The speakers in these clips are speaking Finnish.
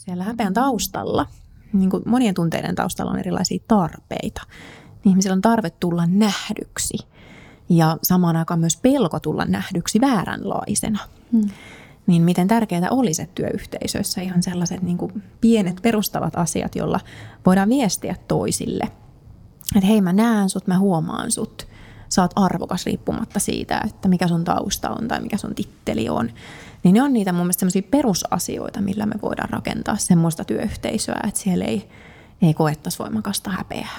siellä häpeän taustalla, niin kuin monien tunteiden taustalla on erilaisia tarpeita. Ihmisillä on tarve tulla nähdyksi ja samaan aikaan myös pelko tulla nähdyksi vääränlaisena. Niin miten tärkeää olisi, että työyhteisöissä ihan sellaiset niin kuin pienet perustavat asiat, joilla voidaan viestiä toisille. Että hei, mä näen sut, mä huomaan sut. Sä oot arvokas riippumatta siitä, että mikä sun tausta on tai mikä sun titteli on. Niin ne on niitä mun mielestä sellaisia perusasioita, millä me voidaan rakentaa semmoista työyhteisöä, että siellä ei koettaisi voimakasta häpeää.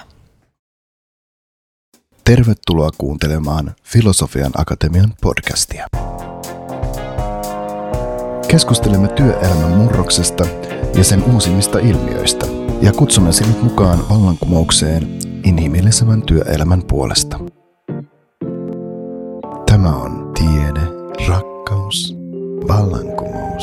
Tervetuloa kuuntelemaan Filosofian Akatemian podcastia. Keskustelemme työelämän murroksesta ja sen uusimmista ilmiöistä ja kutsumme sinut mukaan vallankumoukseen inhimillisemmän työelämän puolesta. Tämä on tiede, rakkaus, vallankumous.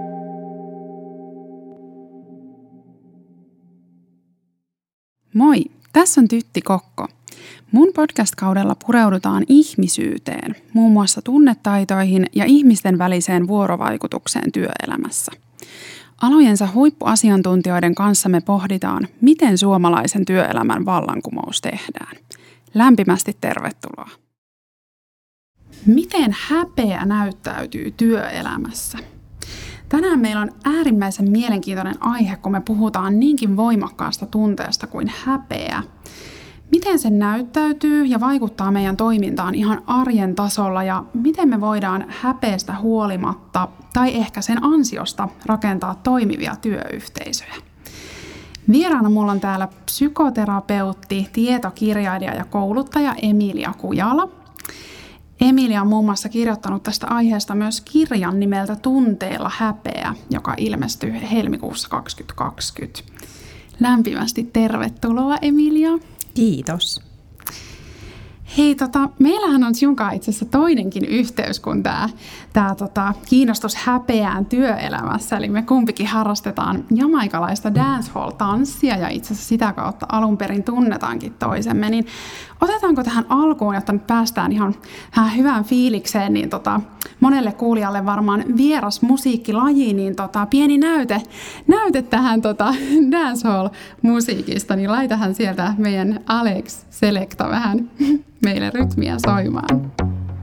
Moi, tässä on Tytti Kokko. Mun podcast-kaudella pureudutaan ihmisyyteen, muun muassa tunnetaitoihin ja ihmisten väliseen vuorovaikutukseen työelämässä. Alojensa huippuasiantuntijoiden kanssa me pohditaan, miten suomalaisen työelämän vallankumous tehdään. Lämpimästi tervetuloa. Miten häpeä näyttäytyy työelämässä? Tänään meillä on äärimmäisen mielenkiintoinen aihe, kun me puhutaan niinkin voimakkaasta tunteesta kuin häpeä. Miten se näyttäytyy ja vaikuttaa meidän toimintaan ihan arjen tasolla ja miten me voidaan häpeästä huolimatta tai ehkä sen ansiosta rakentaa toimivia työyhteisöjä. Vieraana mulla on täällä psykoterapeutti, tietokirjailija ja kouluttaja Emilia Kujala. Emilia on muun muassa kirjoittanut tästä aiheesta myös kirjan nimeltä Tunteella häpeä, joka ilmestyy helmikuussa 2020. Lämpimästi tervetuloa, Emilia. Kiitos. Hei, meillähän on sinunkaan itse asiassa toinenkin yhteys kuin tämä kiinnostus häpeään työelämässä. Eli me kumpikin harrastetaan jamaikalaista dancehall-tanssia ja itse asiassa sitä kautta alun perin tunnetaankin toisemme. Niin otetaanko tähän alkuun, jotta nyt päästään ihan hyvään fiilikseen, niin monelle kuulijalle varmaan vieras musiikkilaji, niin pieni näyte tähän dancehall-musiikista, niin laitahan sieltä meidän Alex Selecta vähän meille rytmiä soimaan.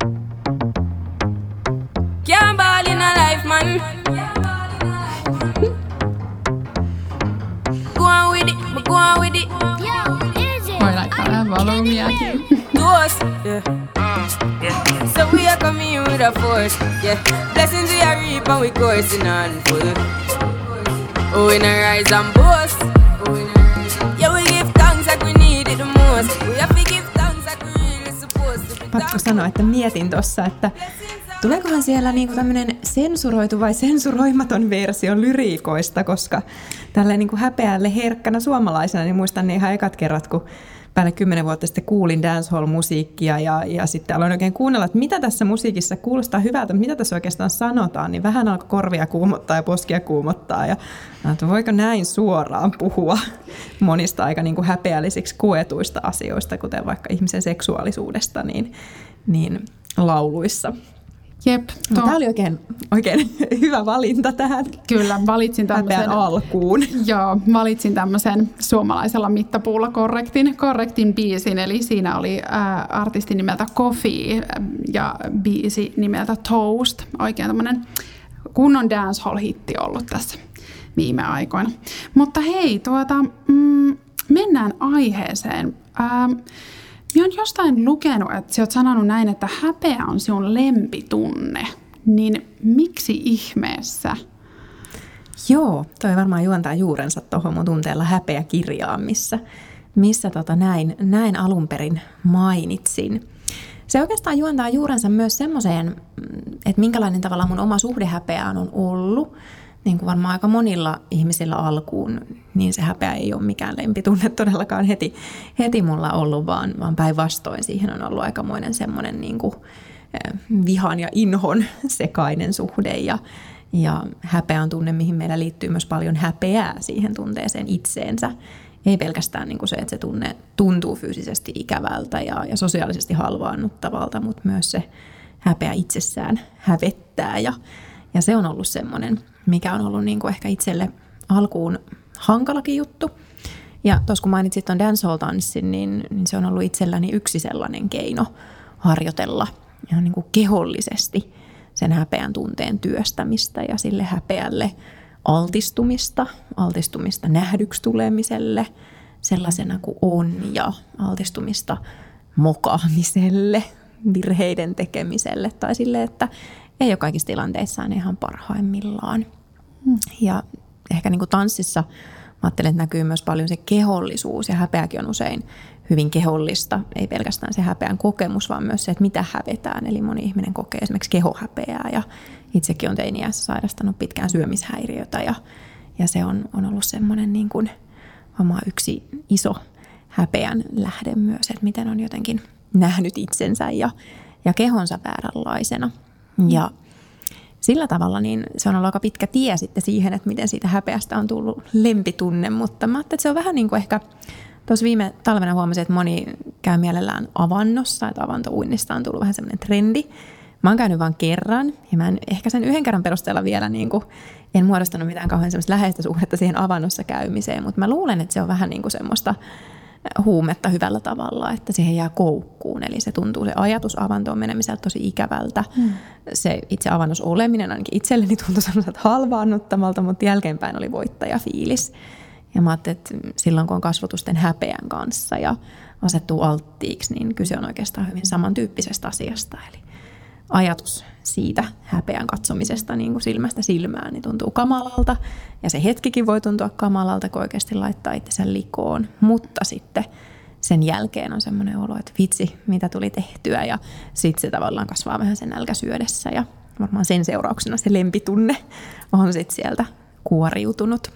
Can't ball in a life, man. Go on with it, go on with it. Voi laittaa vähän volyymiakin. Toast, yeah. So we are coming with a force, yeah. Blessings we are reap and we coursing on full. Oh, we not rise and boast. Yeah, we give thanks like we need it the most. We have to give thanks like we really supposed to. Pakko sanoa, että mietin tuossa, että tuleekohan siellä niinku tämmöinen sensuroitu vai sensuroimaton versio lyriikoista, koska tälleen niinku häpeälle herkkänä suomalaisena, niin muistan ne ihan ekat kerrat, kun päälle 10 vuotta sitten kuulin dancehall-musiikkia ja sitten aloin oikein kuunnella, että mitä tässä musiikissa kuulostaa hyvältä, mitä tässä oikeastaan sanotaan, niin vähän alkoi korvia kuumottaa ja poskia kuumottaa ja että voiko näin suoraan puhua monista aika niin kuin häpeällisiksi koetuista asioista, kuten vaikka ihmisen seksuaalisuudesta, niin lauluissa. Jep. Tämä oli oikein hyvä valinta tähän. Kyllä, valitsin tämmöisen alkuun. Joo, valitsin tämmöisen suomalaisella mittapuulla korrektin biisin, eli siinä oli artisti nimeltä Coffee ja biisi nimeltä Toast. Oikein tämmöinen kunnon dancehall-hitti ollut tässä viime aikoina. Mutta hei, mennään aiheeseen. Minä olen jostain lukenut, että sinä olet sanonut näin, että häpeä on sinun lempitunne. Niin miksi ihmeessä? Joo, toi varmaan juontaa juurensa tuohon mun Tunteella häpeä-kirjaan, missä näin alun perin mainitsin. Se oikeastaan juontaa juurensa myös semmoiseen, että minkälainen tavalla mun oma suhde häpeään on ollut. Niin kuin varmaan aika monilla ihmisillä alkuun, niin se häpeä ei ole mikään lempitunne todellakaan heti mulla ollut, vaan päinvastoin siihen on ollut aikamoinen semmoinen niin kuin vihan ja inhon sekainen suhde. Ja häpeä on tunne, mihin meillä liittyy myös paljon häpeää siihen tunteeseen itseensä. Ei pelkästään niin kuin se, että se tunne tuntuu fyysisesti ikävältä ja sosiaalisesti halvaannuttavalta, mutta myös se häpeä itsessään hävettää ja se on ollut semmoinen, mikä on ollut niin kuin ehkä itselle alkuun hankalakin juttu. Ja tuossa kun mainitsit tuon dancehall-tanssin, niin se on ollut itselläni yksi sellainen keino harjoitella ihan niin kuin kehollisesti sen häpeän tunteen työstämistä ja sille häpeälle altistumista nähdyksi tulemiselle sellaisena kuin on ja altistumista mokaamiselle, virheiden tekemiselle tai sille, että ei ole kaikissa tilanteissa ihan parhaimmillaan. Ja ehkä niin kuin tanssissa mä ajattelen, että näkyy myös paljon se kehollisuus ja häpeäkin on usein hyvin kehollista. Ei pelkästään se häpeän kokemus, vaan myös se, että mitä hävetään. Eli moni ihminen kokee esimerkiksi kehohäpeää ja itsekin on teini-iässä sairastanut pitkään syömishäiriötä ja se on ollut semmoinen niin kuin yksi iso häpeän lähde myös, että miten on jotenkin nähnyt itsensä ja kehonsa vääränlaisena. Ja sillä tavalla niin se on ollut aika pitkä tie sitten siihen, että miten siitä häpeästä on tullut lempitunne, mutta mä ajattelin, että se on vähän niin kuin ehkä, tuossa viime talvena huomasin, että moni käy mielellään avannossa, että avantouinnista on tullut vähän semmoinen trendi. Mä oon käynyt vain kerran ja mä en ehkä sen yhden kerran perusteella vielä niin kuin, en muodostanut mitään kauhean semmoista läheistä suhdetta siihen avannossa käymiseen, mutta mä luulen, että se on vähän niin kuin semmoista huumetta hyvällä tavalla, että siihen jää koukkuun. Eli se tuntuu se ajatus avantoon menemiseltä tosi ikävältä. Se itse avannossa oleminen ainakin itselleni tuntui sellaiselta halvaannuttamalta, mutta jälkeenpäin oli voittajafiilis. Ja mä ajattelin, että silloin kun on kasvotusten häpeän kanssa ja asettuu alttiiksi, niin kyse on oikeastaan hyvin samantyyppisestä asiasta. Eli ajatus siitä häpeän katsomisesta niin kuin silmästä silmään niin tuntuu kamalalta. Ja se hetkikin voi tuntua kamalalta, kun oikeasti laittaa itsensä likoon. Mutta sitten sen jälkeen on semmoinen olo, että vitsi, mitä tuli tehtyä. Ja sitten se tavallaan kasvaa vähän sen nälkä syödessä. Ja varmaan sen seurauksena se lempitunne on sitten sieltä kuoriutunut.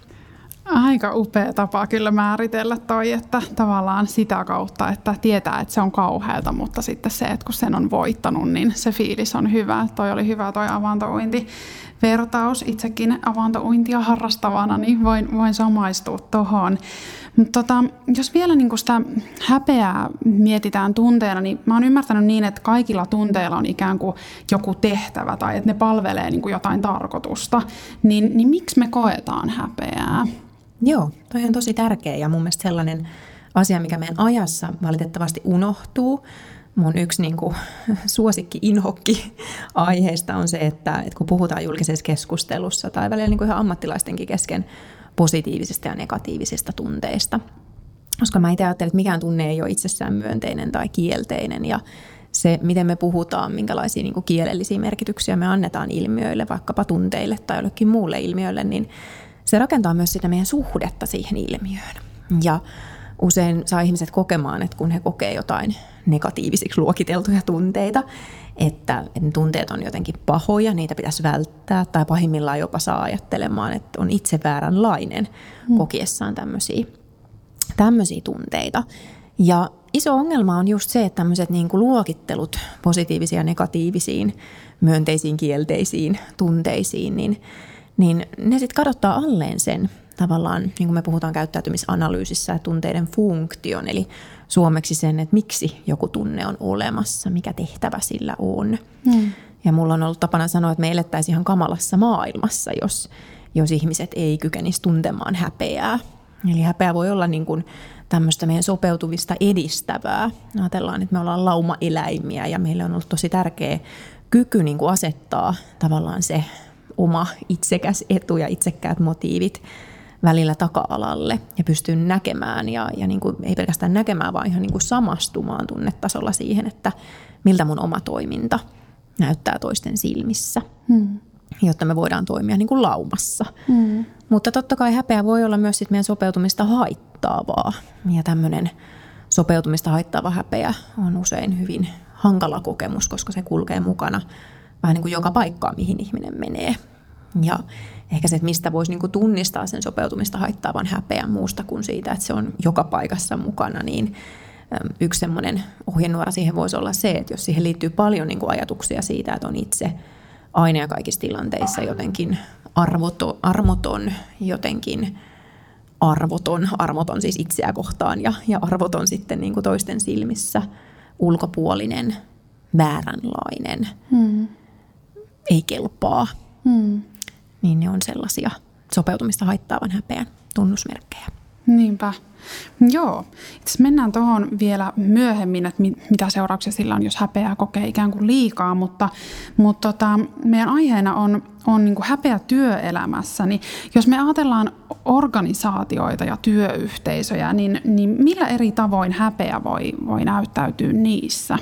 Aika upea tapa kyllä määritellä toi, että tavallaan sitä kautta, että tietää, että se on kauheata, mutta sitten se, että kun sen on voittanut, niin se fiilis on hyvä. Toi oli hyvä toi avantouinti-vertaus. Itsekin avantouintia harrastavana, niin voin samaistua tohon. Mutta jos vielä niin sitä häpeää mietitään tunteena, niin mä oon ymmärtänyt niin, että kaikilla tunteilla on ikään kuin joku tehtävä tai että ne palvelee niin kuin jotain tarkoitusta. Niin miksi me koetaan häpeää? Joo, toi on tosi tärkeä ja mun mielestä sellainen asia, mikä meidän ajassa valitettavasti unohtuu. Mun yksi niin kuin suosikki-inhokki aiheesta on se, että kun puhutaan julkisessa keskustelussa tai välillä niin kuin ihan ammattilaistenkin kesken positiivisista ja negatiivisista tunteista. Koska mä itse ajattelen, että mikään tunne ei ole itsessään myönteinen tai kielteinen ja se, miten me puhutaan, minkälaisia niin kuin kielellisiä merkityksiä me annetaan ilmiöille, vaikkapa tunteille tai jollekin muulle ilmiölle, niin se rakentaa myös sitä meidän suhdetta siihen ilmiöön. Ja usein saa ihmiset kokemaan, että kun he kokee jotain negatiivisiksi luokiteltuja tunteita, että ne tunteet on jotenkin pahoja, niitä pitäisi välttää, tai pahimmillaan jopa saa ajattelemaan, että on itse vääränlainen kokiessaan tämmöisiä tunteita. Ja iso ongelma on just se, että tämmöiset niin kuin luokittelut positiivisiin ja negatiivisiin, myönteisiin, kielteisiin tunteisiin, niin ne sitten kadottaa alleen sen tavallaan, niin kuin me puhutaan käyttäytymisanalyysissä, tunteiden funktion, eli suomeksi sen, että miksi joku tunne on olemassa, mikä tehtävä sillä on. Ja mulla on ollut tapana sanoa, että me elettäisiin ihan kamalassa maailmassa, jos ihmiset ei kykenisi tuntemaan häpeää. Eli häpeä voi olla niin kuin tämmöistä meidän sopeutuvista edistävää. Ajatellaan, että me ollaan laumaeläimiä ja meille on ollut tosi tärkeä kyky niin kuin asettaa tavallaan se oma itsekäs etu ja itsekkäät motiivit välillä taka-alalle ja pystyy näkemään ja niin kuin, ei pelkästään näkemään, vaan ihan niin kuin samastumaan tunnetasolla siihen, että miltä mun oma toiminta näyttää toisten silmissä, jotta me voidaan toimia niin kuin laumassa. Mutta totta kai häpeä voi olla myös sit meidän sopeutumista haittaavaa ja tämmöinen sopeutumista haittaava häpeä on usein hyvin hankala kokemus, koska se kulkee mukana vähän niin kuin joka paikkaan, mihin ihminen menee. Ja ehkä se, että mistä voisi niin kuin tunnistaa sen sopeutumista haittaavan häpeän muusta kuin siitä, että se on joka paikassa mukana, niin yksi semmoinen ohjenuora siihen voisi olla se, että jos siihen liittyy paljon niin kuin ajatuksia siitä, että on itse aina ja kaikissa tilanteissa jotenkin armoton, jotenkin armoton siis itseä kohtaan ja arvoton sitten niin kuin toisten silmissä, ulkopuolinen, vääränlainen, ei kelpaa, niin ne on sellaisia sopeutumista haittaavan häpeän tunnusmerkkejä. Niinpä. Joo. Itse mennään tuohon vielä myöhemmin, että mitä seurauksia sillä on, jos häpeää kokee ikään kuin liikaa, mutta meidän aiheena on niin kuin häpeä työelämässä. Niin jos me ajatellaan organisaatioita ja työyhteisöjä, niin millä eri tavoin häpeä voi näyttäytyä niissä?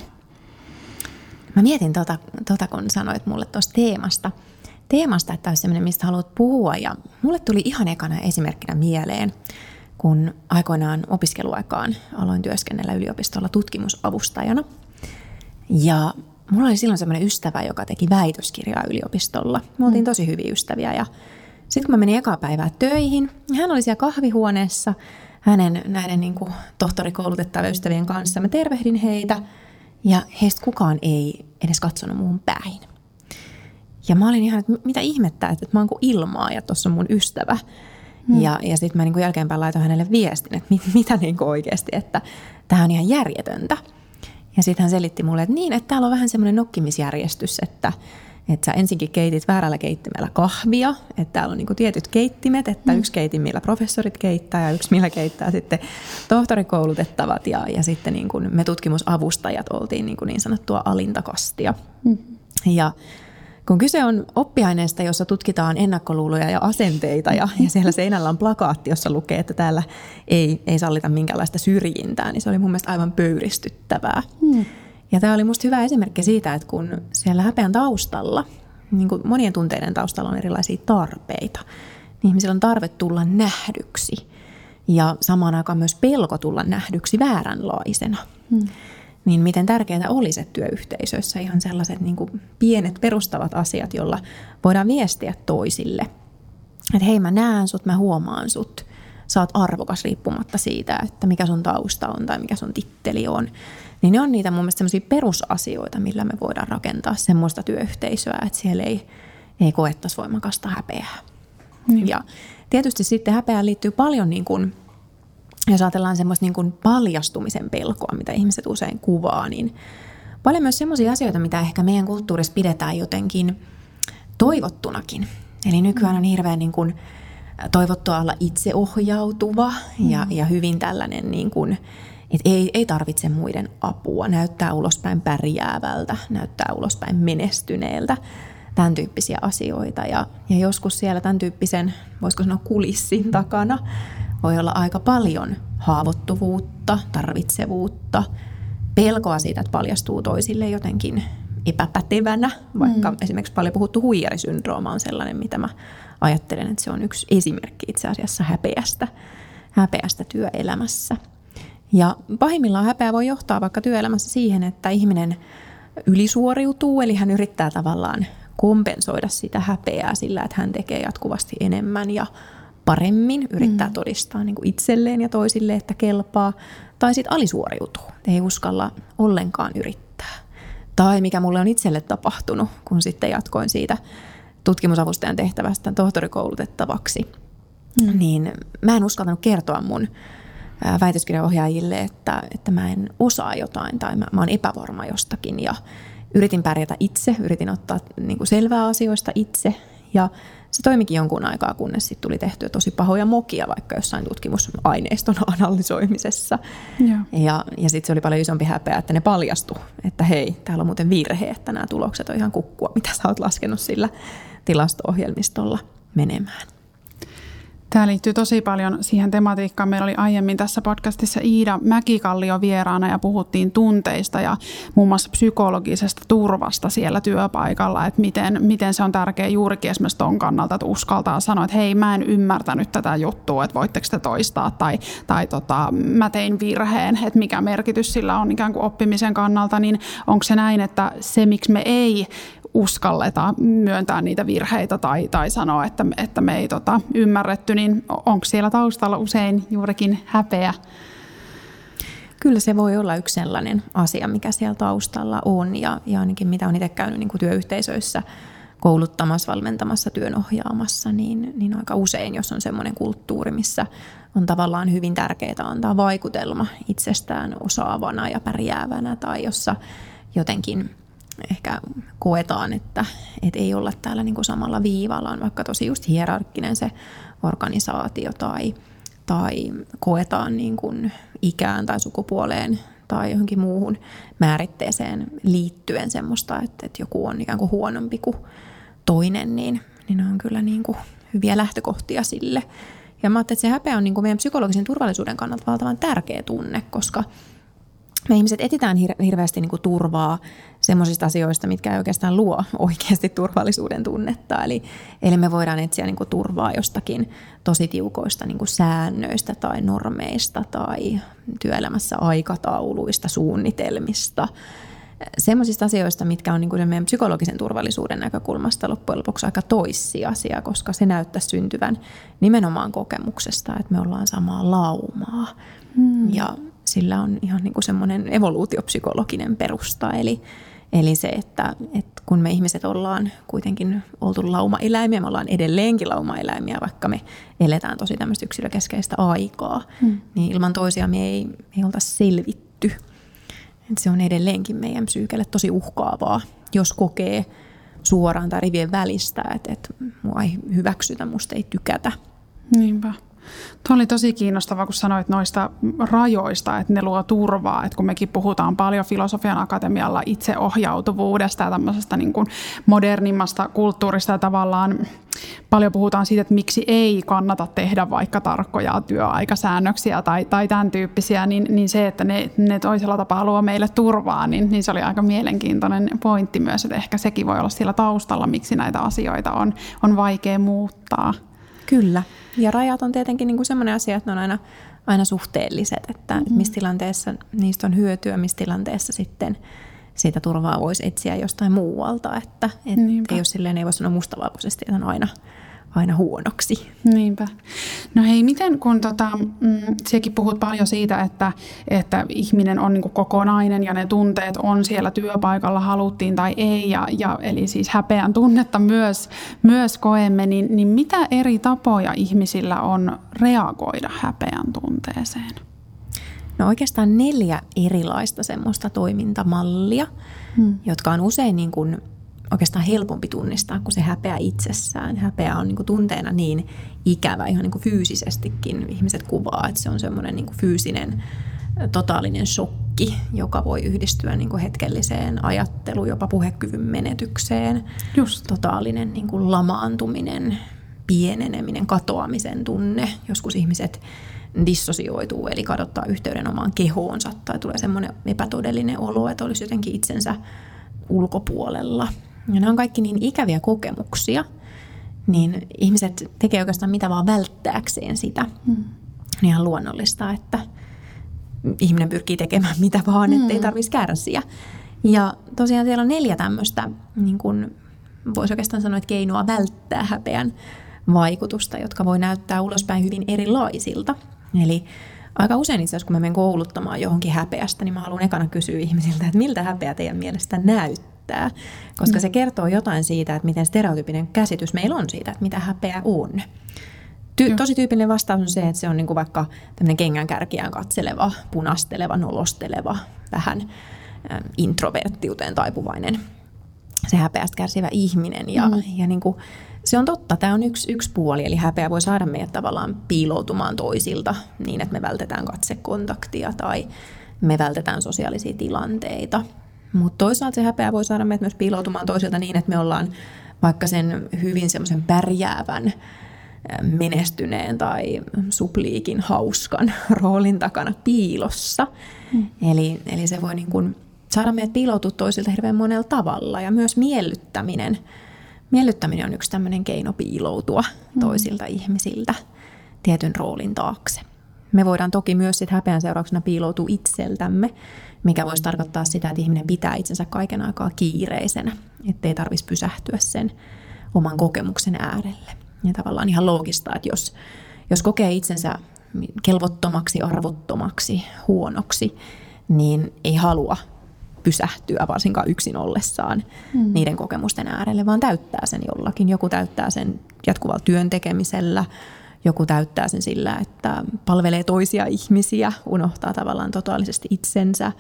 Mä mietin kun sanoit mulle tuosta teemasta, että olisi sellainen, mistä haluat puhua. Ja mulle tuli ihan ekana esimerkkinä mieleen, kun aikoinaan opiskeluaikaan aloin työskennellä yliopistolla tutkimusavustajana. Ja mulla oli silloin semmoinen ystävä, joka teki väitöskirjaa yliopistolla. Me oltiin tosi hyviä ystäviä. Ja sitten kun mä menin ekaa päivää töihin, hän oli siellä kahvihuoneessa hänen näiden niin kuin tohtorikoulutettavien ystävien kanssa. Mä tervehdin heitä ja heistä kukaan ei edes katsonut muuhun päin. Ja mä olin ihan, että mitä ihmettä, että mä oon kuin ilmaa ja tuossa on mun ystävä. Ja sitten mä niin kuin jälkeenpäin laitoin hänelle viestin, että mitä niin kuin oikeasti, että tämä on ihan järjetöntä. Ja sitten hän selitti mulle, että niin, että täällä on vähän semmoinen nokkimisjärjestys, että sä ensinkin keitit väärällä keittimellä kahvia, että täällä on niin kuin tietyt keittimet, että yksi keitin, millä professorit keittää ja yksi, millä keittää sitten tohtorikoulutettavat ja sitten niin kuin me tutkimusavustajat oltiin niin sanottua alintakastia. Ja kun kyse on oppiaineesta, jossa tutkitaan ennakkoluuloja ja asenteita ja siellä seinällä on plakaatti, jossa lukee, että täällä ei sallita minkäänlaista syrjintää, niin se oli mun mielestä aivan pöyristyttävää. Ja tämä oli musta hyvä esimerkki siitä, että kun siellä häpeän taustalla, niin kuin monien tunteiden taustalla on erilaisia tarpeita, niin ihmisillä on tarve tulla nähdyksi ja samaan aikaan myös pelko tulla nähdyksi vääränlaisena. Niin miten tärkeää olisi, että työyhteisöissä ihan sellaiset niin kuin pienet perustavat asiat, joilla voidaan viestiä toisille. Että hei, mä näen sut, mä huomaan sut. Sä oot arvokas riippumatta siitä, että mikä sun tausta on tai mikä sun titteli on. Niin ne on niitä mun mielestä sellaisia perusasioita, millä me voidaan rakentaa semmoista työyhteisöä, että siellä ei koettaisi voimakasta häpeää. Ja tietysti sitten häpeään liittyy paljon niin kuin, jos ajatellaan semmoista niin kuin paljastumisen pelkoa, mitä ihmiset usein kuvaa, niin paljon myös semmoisia asioita, mitä ehkä meidän kulttuurissa pidetään jotenkin toivottunakin. Eli nykyään on hirveän niin kuin toivottua olla itseohjautuva ja hyvin tällainen, niin kuin, että ei tarvitse muiden apua, näyttää ulospäin pärjäävältä, näyttää ulospäin menestyneeltä, tämän tyyppisiä asioita. Ja joskus siellä tämän tyyppisen, voisiko sanoa kulissin takana, voi olla aika paljon haavoittuvuutta, tarvitsevuutta, pelkoa siitä, että paljastuu toisille jotenkin epäpätevänä, vaikka esimerkiksi paljon puhuttu huijarisyndrooma on sellainen, mitä mä ajattelen, että se on yksi esimerkki itse asiassa häpeästä työelämässä. Ja pahimmillaan häpeä voi johtaa vaikka työelämässä siihen, että ihminen ylisuoriutuu, eli hän yrittää tavallaan kompensoida sitä häpeää sillä, että hän tekee jatkuvasti enemmän ja paremmin, yrittää todistaa niin kuin itselleen ja toisille, että kelpaa, tai sitten alisuoriutuu, ei uskalla ollenkaan yrittää. Tai mikä mulle on itselle tapahtunut, kun sitten jatkoin siitä tutkimusavustajan tehtävästä tohtorikoulutettavaksi, niin mä en uskaltanut kertoa mun väitöskirjaohjaajille, että mä en osaa jotain tai mä oon epävarma jostakin ja yritin pärjätä itse, yritin ottaa niin kuin selvää asioista itse ja se toimikin jonkun aikaa, kunnes sitten tuli tehtyä tosi pahoja mokia vaikka jossain tutkimusaineiston analysoimisessa. Ja sitten se oli paljon isompi häpeä, että ne paljastui, että hei, täällä on muuten virhe, että nämä tulokset on ihan kukkua, mitä sä oot laskenut sillä tilasto-ohjelmistolla menemään. Tämä liittyy tosi paljon siihen tematiikkaan. Meillä oli aiemmin tässä podcastissa Iida Mäkikallio vieraana ja puhuttiin tunteista ja muun muassa psykologisesta turvasta siellä työpaikalla, että miten se on tärkeä juurikin esimerkiksi ton kannalta, että uskaltaa sanoa, että hei, mä en ymmärtänyt tätä juttua, että voitteko te toistaa tai mä tein virheen, että mikä merkitys sillä on ikään kuin oppimisen kannalta, niin onko se näin, että se miksi me ei uskalleta myöntää niitä virheitä tai sanoa, että me ei ymmärretty, niin onko siellä taustalla usein juurikin häpeä? Kyllä se voi olla yksi sellainen asia, mikä siellä taustalla on ja ainakin mitä on itse käynyt niin kuin työyhteisöissä kouluttamassa, valmentamassa, työnohjaamassa, niin aika usein, jos on semmoinen kulttuuri, missä on tavallaan hyvin tärkeää antaa vaikutelma itsestään osaavana ja pärjäävänä tai jossa jotenkin ehkä koetaan, että ei olla täällä niin kuin samalla viivalla, on vaikka tosi just hierarkkinen se organisaatio tai koetaan niin kuin ikään tai sukupuoleen tai johonkin muuhun määritteeseen liittyen semmoista, että joku on ikään kuin huonompi kuin toinen, niin ne on kyllä niin kuin hyviä lähtökohtia sille. Ja mä ajattelin, että se häpeä on niin kuin meidän psykologisen turvallisuuden kannalta valtavan tärkeä tunne, koska me ihmiset etsitään hirveästi niin kuin turvaa semmoisista asioista, mitkä ei oikeastaan luo oikeasti turvallisuuden tunnetta. Eli me voidaan etsiä niin kuin turvaa jostakin tosi tiukoista niin kuin säännöistä tai normeista tai työelämässä aikatauluista, suunnitelmista. Semmoisista asioista, mitkä on niin kuin meidän psykologisen turvallisuuden näkökulmasta loppujen lopuksi aika toissijaisia, koska se näyttää syntyvän nimenomaan kokemuksesta, että me ollaan samaa laumaa. Ja sillä on ihan niin kuin semmoinen evoluutiopsykologinen perusta, eli se, että kun me ihmiset ollaan kuitenkin oltu laumaeläimiä, me ollaan edelleenkin laumaeläimiä, vaikka me eletään tosi tämmöistä yksilökeskeistä aikaa, niin ilman toisia me ei oltaisi selvitty. Et se on edelleenkin meidän psyykelle tosi uhkaavaa, jos kokee suoraan tai rivien välistä, että mua ei hyväksytä, musta ei tykätä. Niinpä. Tuo oli tosi kiinnostavaa, kun sanoit noista rajoista, että ne luo turvaa. Että kun mekin puhutaan paljon filosofian akatemialla itseohjautuvuudesta ja tämmöisestä niin kuin modernimmasta kulttuurista ja tavallaan paljon puhutaan siitä, että miksi ei kannata tehdä vaikka tarkkoja työaikasäännöksiä tai tämän tyyppisiä, niin se, että ne toisella tapaa luo meille turvaa, niin se oli aika mielenkiintoinen pointti myös, että ehkä sekin voi olla siellä taustalla, miksi näitä asioita on vaikea muuttaa. Kyllä. Ja rajat on tietenkin niin kuin sellainen asia, että ne on aina suhteelliset, että missä tilanteessa niistä on hyötyä, missä tilanteessa sitten siitä turvaa voisi etsiä jostain muualta. Että ei ole silleen, ei voi sanoa mustavalkoisesti, että on aina huonoksi. Niinpä. No hei, miten kun sinäkin puhut paljon siitä, että ihminen on niin kuin kokonainen ja ne tunteet on siellä työpaikalla, haluttiin tai ei, ja eli siis häpeän tunnetta myös koemme, niin mitä eri tapoja ihmisillä on reagoida häpeän tunteeseen? No oikeastaan 4 erilaista semmoista toimintamallia, jotka on usein niin kuin oikeastaan helpompi tunnistaa kuin se häpeä itsessään. Häpeä on niin kuin tunteena niin ikävä, ihan niin kuin fyysisestikin ihmiset kuvaa, että se on semmoinen niin kuin fyysinen totaalinen shokki, joka voi yhdistyä niin kuin hetkelliseen ajatteluun, jopa puhekyvyn menetykseen. Just. Totaalinen niin kuin lamaantuminen, pieneneminen, katoamisen tunne. Joskus ihmiset dissosioituu, eli kadottaa yhteyden omaan kehoonsa, tai tulee semmoinen epätodellinen olo, että olisi jotenkin itsensä ulkopuolella. Ja nämä on kaikki niin ikäviä kokemuksia, niin ihmiset tekee oikeastaan mitä vaan välttääkseen sitä. On ihan luonnollista, että ihminen pyrkii tekemään mitä vaan, ettei tarvitsisi kärsiä. Ja tosiaan siellä on 4 tämmöistä, niin kuin voisi oikeastaan sanoa, että keinoa välttää häpeän vaikutusta, jotka voi näyttää ulospäin hyvin erilaisilta. Eli aika usein itse asiassa, kun mä menen kouluttamaan johonkin häpeästä, niin mä haluan ekana kysyä ihmisiltä, että miltä häpeä teidän mielestä näyttää. Koska se kertoo jotain siitä, että miten stereotyyppinen käsitys meillä on siitä, että mitä häpeä on. Tosi tyypillinen vastaus on se, että se on niin kuin vaikka tämmöinen kengänkärkiään katseleva, punasteleva, nolosteleva, vähän introverttiuteen taipuvainen, se häpeästä kärsivä ihminen. Ja niin kuin se on totta, tämä on yksi puoli, eli häpeä voi saada meidät tavallaan piiloutumaan toisilta niin, että me vältetään katsekontaktia tai me vältetään sosiaalisia tilanteita. Mutta toisaalta se häpeä voi saada meidät myös piiloutumaan toisilta niin, että me ollaan vaikka sen hyvin semmoisen pärjäävän, menestyneen tai supliikin hauskan roolin takana piilossa. Eli se voi niin kuin saada meidät piiloutua toisilta hirveän monella tavalla ja myös miellyttäminen. Miellyttäminen on yksi tämmöinen keino piiloutua toisilta ihmisiltä tietyn roolin taakse. Me voidaan toki myös sit häpeän seurauksena piiloutua itseltämme, mikä voisi tarkoittaa sitä, että ihminen pitää itsensä kaiken aikaa kiireisenä, ettei tarvitsisi pysähtyä sen oman kokemuksen äärelle. Ja tavallaan ihan loogista, että jos kokee itsensä kelvottomaksi, arvottomaksi, huonoksi, niin ei halua pysähtyä varsinkaan yksin ollessaan niiden kokemusten äärelle, vaan täyttää sen jollakin. Joku täyttää sen jatkuvalla työn tekemisellä, joku täyttää sen sillä, että palvelee toisia ihmisiä, unohtaa tavallaan totaalisesti itsensä.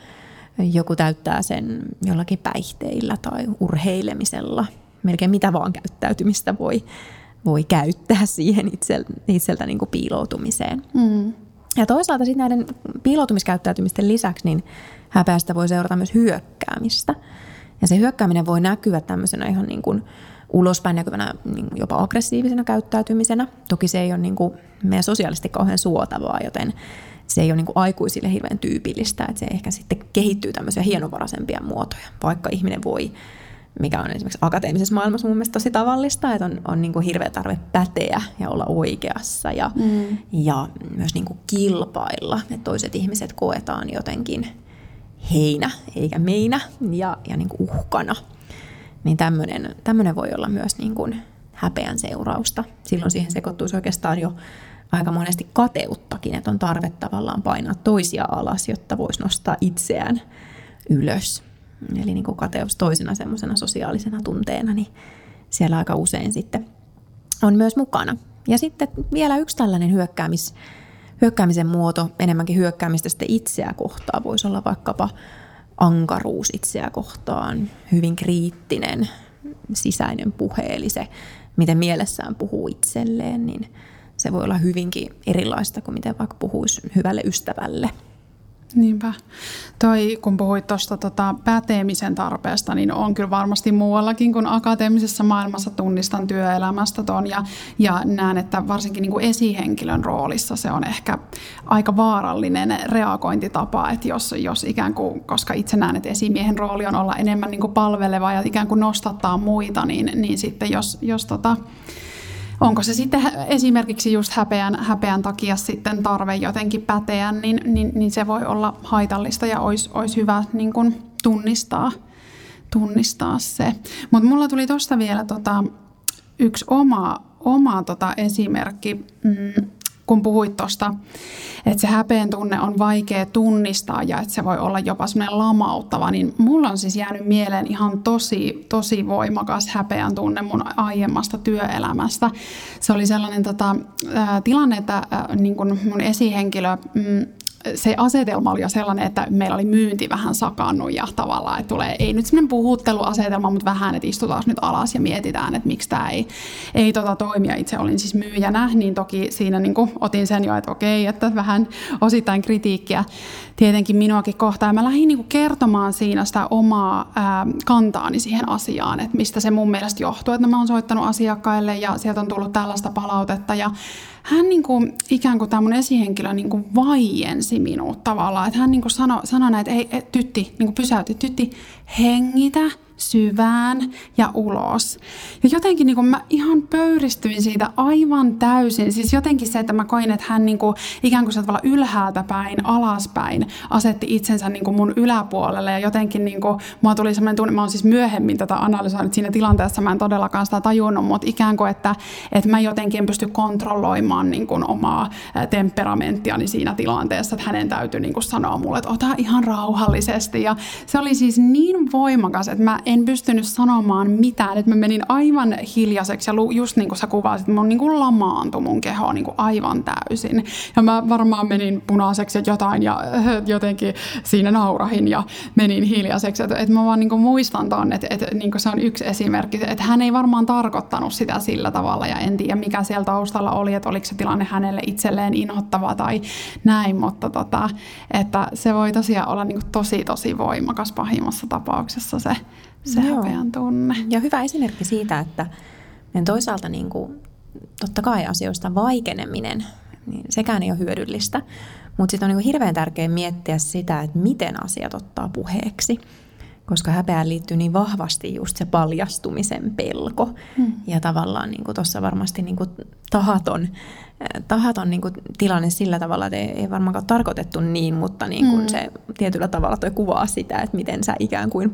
joku täyttää sen jollakin päihteillä tai urheilemisella. Melkein mitä vaan käyttäytymistä voi käyttää siihen itseltä niin kuin piiloutumiseen. Ja toisaalta sitten näiden piiloutumiskäyttäytymisten lisäksi niin häpeästä voi seurata myös hyökkäämistä. Ja se hyökkääminen voi näkyä tämmöisenä ihan niin kuin ulospäin näkyvänä niin kuin jopa aggressiivisena käyttäytymisenä. Toki se ei ole niin kuin meidän sosiaalisesti kauhean suotavaa, joten se ei ole niin kuin aikuisille hirveän tyypillistä, että se ehkä sitten kehittyy tämmöisiä hienovaraisempia muotoja, vaikka ihminen voi, mikä on esimerkiksi akateemisessa maailmassa mun mielestä tosi tavallista, että on niin kuin hirveä tarve päteä ja olla oikeassa ja myös niin kuin kilpailla, että toiset ihmiset koetaan jotenkin heinä eikä meinä ja niin kuin uhkana. Niin tämmöinen voi olla myös niin kuin häpeän seurausta. Silloin siihen sekoittuisi oikeastaan jo aika monesti kateuttakin, että on tarve tavallaan painaa toisia alas, jotta voisi nostaa itseään ylös. Eli niin kuin kateus toisena semmoisena sosiaalisena tunteena, niin siellä aika usein sitten on myös mukana. Ja sitten vielä yksi tällainen hyökkäämisen muoto, enemmänkin hyökkäämistä sitten itseä kohtaan, voisi olla vaikkapa ankaruus itseä kohtaan, hyvin kriittinen sisäinen puhe, eli se, miten mielessään puhuu itselleen, niin se voi olla hyvinkin erilaista kuin miten vaikka puhuisi hyvälle ystävälle. Niinpä. Kun puhuit tuosta päteemisen tarpeesta, niin on kyllä varmasti muuallakin kuin akateemisessa maailmassa, tunnistan työelämästä ton ja näen, että varsinkin niin kuin esihenkilön roolissa se on ehkä aika vaarallinen reagointitapa, että jos ikään kuin, koska itse näen, että esimiehen rooli on olla enemmän niin kuin palveleva ja ikään kuin nostattaa muita, niin sitten jos onko se sitten esimerkiksi just häpeän takia sitten tarve jotenkin päteä, niin se voi olla haitallista ja olisi hyvä niin kuin tunnistaa se. Mutta mulla tuli tuosta vielä yksi oma esimerkki, kun puhuit tuosta, että se häpeän tunne on vaikea tunnistaa ja että se voi olla jopa semmoinen lamauttava, niin mulla on siis jäänyt mieleen ihan tosi voimakas häpeän tunne mun aiemmasta työelämästä. Se oli sellainen tilanne, että niin kun mun esihenkilö, se asetelma oli jo sellainen, että meillä oli myynti vähän sakannut ja tavallaan, että tulee, ei nyt semmoinen puhutteluasetelma, mutta vähän, että istutaan nyt alas ja mietitään, että miksi tämä ei toimia. Itse olin siis myyjänä, niin toki siinä niin kuin otin sen jo, että okei, että vähän osittain kritiikkiä tietenkin minuakin kohtaan. Ja mä lähdin niin kuin kertomaan siinä sitä omaa kantaani siihen asiaan, että mistä se mun mielestä johtuu, että mä oon soittanut asiakkaille ja sieltä on tullut tällaista palautetta ja hän niin kuin, ikään kuin tämä mun esihenkilö niin kuin vaiensi minut tavallaan, että hän niin kuin sanoi näin, että ei, tytti, niin kuin pysäytti, tytti, hengitä syvään ja ulos. Ja jotenkin niin kuin mä ihan pöyristyin siitä aivan täysin. Siis jotenkin se, että mä koin, että hän niin kuin, ikään kuin se tavallaan ylhäältä päin, alaspäin asetti itsensä niin kuin mun yläpuolelle. Ja jotenkin niin kuin, mulla tuli sellainen tunne, mä oon siis myöhemmin tätä analysoinut siinä tilanteessa, mä en todellakaan sitä tajunnut, mutta ikään kuin, että mä jotenkin en pysty kontrolloimaan niin kuin omaa temperamenttiani siinä tilanteessa, että hänen täytyy niin kuin sanoa mulle, että ota ihan rauhallisesti. Ja se oli siis niin voimakas, että mä en pystynyt sanomaan mitään, että mä menin aivan hiljaiseksi ja just niin kuin sä kuvasit, että mun niin kuin lamaantui mun keho niin kuin aivan täysin. Ja mä varmaan menin punaiseksi jotain ja jotenkin siinä naurahin ja menin hiljaiseksi. Että mä vaan niin kuin muistan ton, että niin kuin se on yksi esimerkki, että hän ei varmaan tarkoittanut sitä sillä tavalla ja en tiedä mikä siellä taustalla oli, että oliko se tilanne hänelle itselleen inhottava tai näin, mutta että se voi tosiaan olla niin kuin tosi voimakas pahimmassa tapauksessa se häpeän tunne. Ja hyvä esimerkki siitä, että toisaalta niin kuin, totta kai asioista vaikeneminen, niin sekään ei ole hyödyllistä, mutta sitten on niin kuin hirveän tärkeää miettiä sitä, että miten asiat ottaa puheeksi, koska häpeään liittyy niin vahvasti just se paljastumisen pelko ja tavallaan niin kuin tuossa varmasti niin kuin tahaton niin kuin tilanne sillä tavalla, että ei varmaan ole tarkoitettu niin, mutta niin kuin se tietyllä tavalla toi kuvaa sitä, että miten sä ikään kuin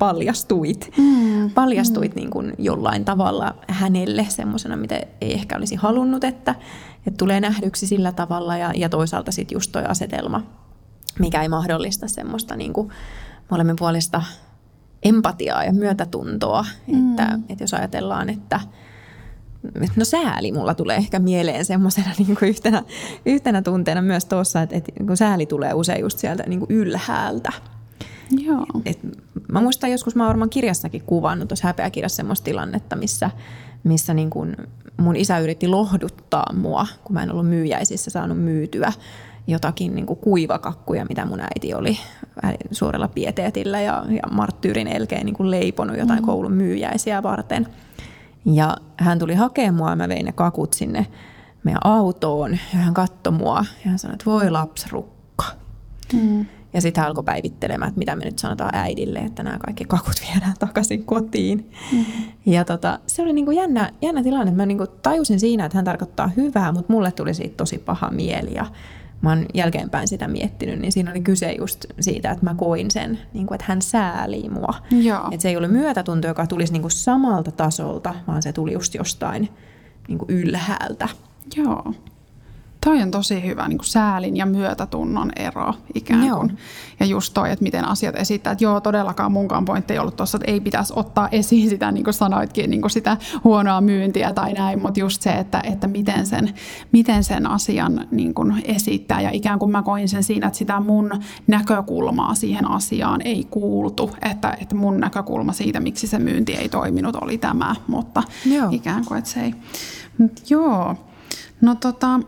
paljastuit niin kuin jollain tavalla hänelle semmoisena, mitä ei ehkä olisi halunnut, että tulee nähdyksi sillä tavalla ja toisaalta sitten just toi asetelma, mikä ei mahdollista semmoista niin kuin molemminpuolista empatiaa ja myötätuntoa, että jos ajatellaan, että no sääli mulla tulee ehkä mieleen semmoisena niin kuin yhtenä tunteena myös tuossa, että kun sääli tulee usein just sieltä niin kuin ylhäältä. Joo. Mä muistan joskus, mä oon varmaan kirjassakin kuvannut tuossa häpeäkirjassa semmoista tilannetta, missä niin kun mun isä yritti lohduttaa mua, kun mä en ollut myyjäisissä saanut myytyä jotakin niin kuin kuivakakkuja, mitä mun äiti oli suurella pieteetillä ja marttyyrin elkein niin kuin leiponut jotain koulun myyjäisiä varten. Ja hän tuli hakemaan mua ja mä vein ne kakut sinne meidän autoon ja hän katsoi mua ja hän sanoi, että voi lapsrukka. Ja sitten hän alkoi päivittelemään, että mitä me nyt sanotaan äidille, että nämä kaikki kakut viedään takaisin kotiin. Ja se oli niinku jännä tilanne, että mä niinku tajusin siinä, että hän tarkoittaa hyvää, mutta mulle tuli siitä tosi paha mieli. Ja mä oon jälkeenpäin sitä miettinyt, niin siinä oli kyse just siitä, että mä koin sen, niinku, että hän säälii mua. Että se ei ole myötätunto, joka tulisi niinku samalta tasolta, vaan se tuli just jostain niinku ylhäältä. Joo. Toi on tosi hyvä niin kuin säälin ja myötätunnon ero ikään kuin. Ja just toi, että miten asiat esittää. Että joo, todellakaan munkaan pointti ei ollut tuossa, että ei pitäisi ottaa esiin sitä, niin kuin sanoitkin, niin kuin sitä huonoa myyntiä tai näin. Mutta just se, että miten sen asian niin kuin esittää. Ja ikään kuin mä koin sen siinä, että sitä mun näkökulmaa siihen asiaan ei kuultu. Että mun näkökulma siitä, miksi se myynti ei toiminut, oli tämä. Mutta ikään kuin, että se ei. Joo. No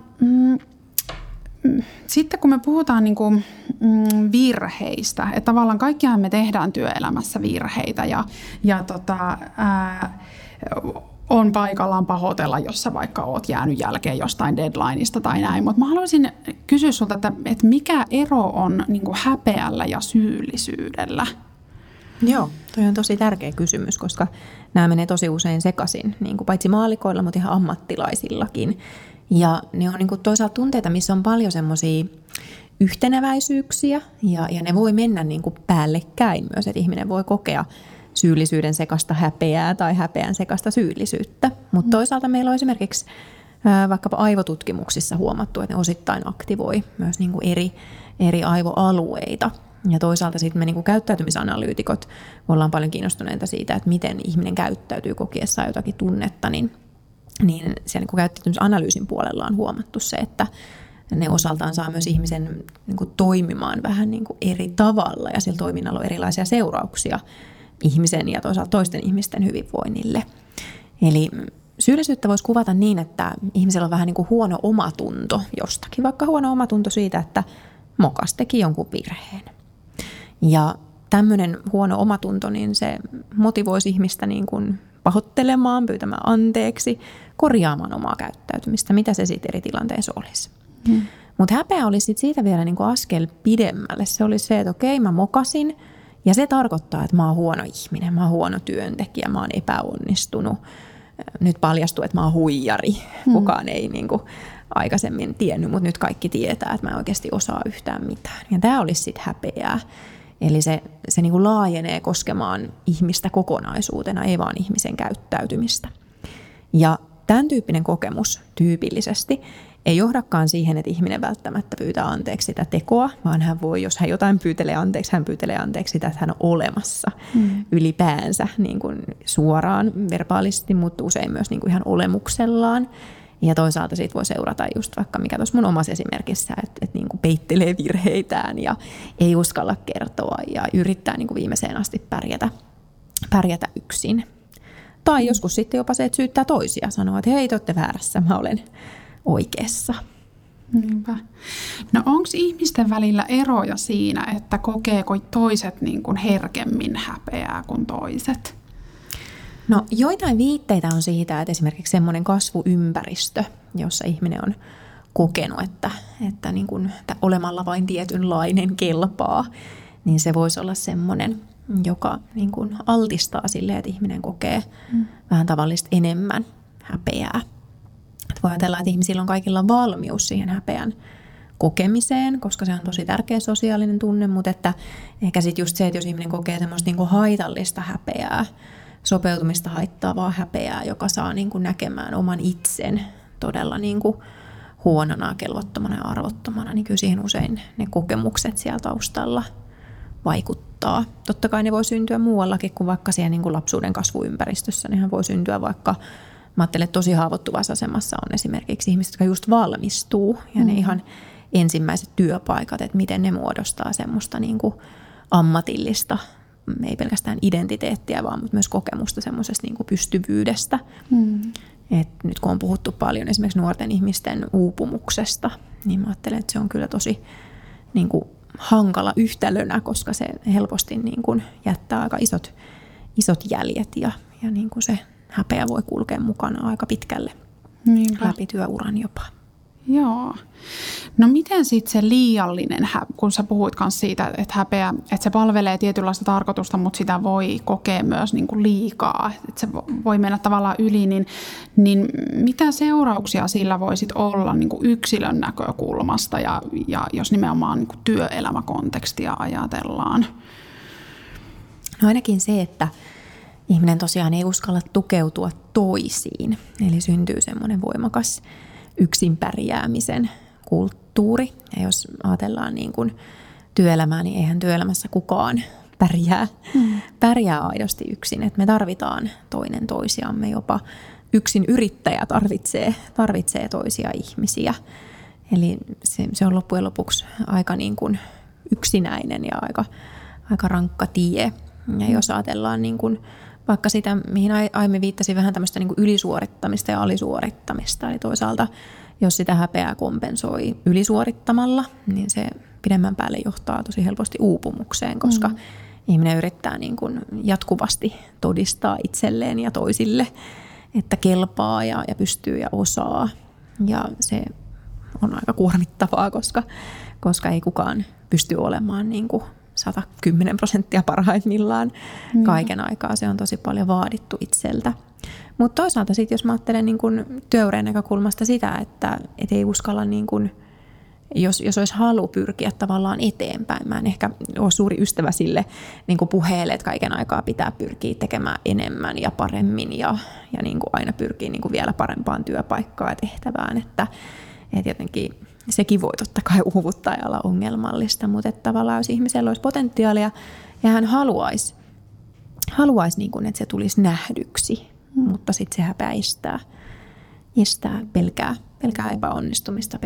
sitten kun me puhutaan niin kuin, virheistä, että tavallaan kaikkihan me tehdään työelämässä virheitä ja on paikallaan pahoitella, jos sä vaikka oot jäänyt jälkeen jostain deadlineista tai näin, mutta mä haluaisin kysyä sulta, että mikä ero on niin kuin häpeällä ja syyllisyydellä? Joo, toi on tosi tärkeä kysymys, koska nämä menee tosi usein sekaisin, niin kuin paitsi maallikoilla, mutta ihan ammattilaisillakin. Ja ne on niin kuin toisaalta tunteita, missä on paljon semmoisia yhteneväisyyksiä ja ne voi mennä niin kuin päällekkäin myös, että ihminen voi kokea syyllisyyden sekaista häpeää tai häpeän sekaista syyllisyyttä. Mutta toisaalta meillä on esimerkiksi vaikkapa aivotutkimuksissa huomattu, että ne osittain aktivoi myös niin kuin eri aivoalueita. Ja toisaalta sitten me niin kuin käyttäytymisanalyytikot ollaan paljon kiinnostuneita siitä, että miten ihminen käyttäytyy kokiessaan jotakin tunnetta, niin siellä niin kuin käyttäytymisanalyysin puolella on huomattu se, että ne osaltaan saa myös ihmisen niin kuin toimimaan vähän niin kuin eri tavalla ja sillä toiminnalla on erilaisia seurauksia ihmisen ja toisaalta toisten ihmisten hyvinvoinnille. Eli syyllisyyttä voisi kuvata niin, että ihmisellä on vähän niin kuin huono omatunto jostakin, vaikka huono omatunto siitä, että mokas teki jonkun virheen. Ja tämmöinen huono omatunto, niin se motivoisi ihmistä niin kuin pahoittelemaan, pyytämään anteeksi, korjaamaan omaa käyttäytymistä, mitä se sitten eri tilanteessa olisi. Mutta häpeä olisi sit siitä vielä niin kuin askel pidemmälle. Se olisi se, että okei, mä mokasin ja se tarkoittaa, että mä oon huono ihminen, mä oon huono työntekijä, mä oon epäonnistunut. Nyt paljastuu, että mä oon huijari. Kukaan ei niin kuin aikaisemmin tiennyt, mutta nyt kaikki tietää, että mä en oikeasti osaa yhtään mitään. Ja tämä olisi sitten häpeää. Eli se niin kuin laajenee koskemaan ihmistä kokonaisuutena, ei vaan ihmisen käyttäytymistä. Ja tämän tyyppinen kokemus tyypillisesti ei johdakaan siihen, että ihminen välttämättä pyytää anteeksi sitä tekoa, vaan hän voi, jos hän jotain pyytelee anteeksi sitä, että hän on olemassa ylipäänsä niin kuin suoraan verbaalisesti, mutta usein myös niin kuin ihan olemuksellaan. Ja toisaalta siitä voi seurata just vaikka mikä tuossa mun omassa esimerkissä, että niin kuin peittelee virheitään ja ei uskalla kertoa ja yrittää niin kuin viimeiseen asti pärjätä yksin. Tai joskus sitten jopa se, että syyttää toisia, sanoo, että hei, te olette väärässä, mä olen oikeassa. Niinpä. No onko ihmisten välillä eroja siinä, että kokeeko toiset niin kuin herkemmin häpeää kuin toiset? No joitain viitteitä on siitä, että esimerkiksi semmoinen kasvuympäristö, jossa ihminen on kokenut, että niin kuin, olemalla vain tietynlainen kelpaa, niin se voisi olla semmoinen, joka niin kuin altistaa sille, että ihminen kokee vähän tavallista enemmän häpeää. Että voi ajatella, että ihmisillä on kaikilla valmius siihen häpeän kokemiseen, koska se on tosi tärkeä sosiaalinen tunne, mutta että ehkä sitten just se, että jos ihminen kokee semmoista niin kuin haitallista häpeää, sopeutumista haittaavaa häpeää, joka saa niin kuin näkemään oman itsen todella niin kuin huonona, kelvottomana ja arvottomana, niin kyllä siihen usein ne kokemukset siellä taustalla vaikuttaa. Totta kai ne voi syntyä muuallakin kuin vaikka siellä niin kuin lapsuuden kasvuympäristössä. Nehän voi syntyä vaikka, mä ajattelen, että tosi haavoittuvassa asemassa on esimerkiksi ihmiset, jotka just valmistuu ja ne ihan ensimmäiset työpaikat, että miten ne muodostaa semmoista niin kuin ammatillista, ei pelkästään identiteettiä, vaan myös kokemusta semmoisesta niin kuin pystyvyydestä. Et nyt kun on puhuttu paljon esimerkiksi nuorten ihmisten uupumuksesta, niin mä ajattelen, että se on kyllä tosi niin kuin hankala yhtälönä, koska se helposti niin kuin jättää aika isot jäljet ja niin kuin se häpeä voi kulkea mukana aika pitkälle läpi työuran jopa. Joo. No miten sitten se liiallinen, kun sä puhuit myös siitä, että häpeä, että se palvelee tietynlaista tarkoitusta, mutta sitä voi kokea myös niin kuin liikaa, että se voi mennä tavallaan yli, niin mitä seurauksia sillä voisit olla niin kuin yksilön näkökulmasta ja jos nimenomaan niin kuin työelämäkontekstia ajatellaan? No ainakin se, että ihminen tosiaan ei uskalla tukeutua toisiin, eli syntyy semmoinen voimakas yksin pärjäämisen kulttuuri. Ja jos ajatellaan niin kuin työelämää, niin eihän työelämässä kukaan pärjää aidosti yksin. Et me tarvitaan toinen toisiamme, jopa yksin yrittäjä tarvitsee toisia ihmisiä. Eli se on loppujen lopuksi aika niin kuin yksinäinen ja aika rankka tie. Ja jos ajatellaan niin kuin vaikka sitä, mihin aiemmin viittasin, vähän tämmöistä niin kuin ylisuorittamista ja alisuorittamista. Eli toisaalta, jos sitä häpeää kompensoi ylisuorittamalla, niin se pidemmän päälle johtaa tosi helposti uupumukseen, koska ihminen yrittää niin kuin jatkuvasti todistaa itselleen ja toisille, että kelpaa ja pystyy ja osaa. Ja se on aika kuormittavaa, koska ei kukaan pysty olemaan niin kuin 110% parhaimmillaan kaiken aikaa. Se on tosi paljon vaadittu itseltä. Mutta toisaalta sitten, jos mä ajattelen niin kun työurien näkökulmasta sitä, että ei uskalla, niin kun, jos olisi halu pyrkiä tavallaan eteenpäin. Mä en ehkä ole suuri ystävä sille niin kun puheelle, että kaiken aikaa pitää pyrkiä tekemään enemmän ja paremmin ja niin kun aina pyrkii niin kun vielä parempaan työpaikkaan ja tehtävään. Että jotenkin sekin voi totta kai uuvuttaa ja olla ongelmallista, mutta että tavallaan jos ihmisellä olisi potentiaalia ja hän haluaisi niin kuin, että se tulisi nähdyksi, mutta sitten se häpeä estää pelkää epäonnistumista,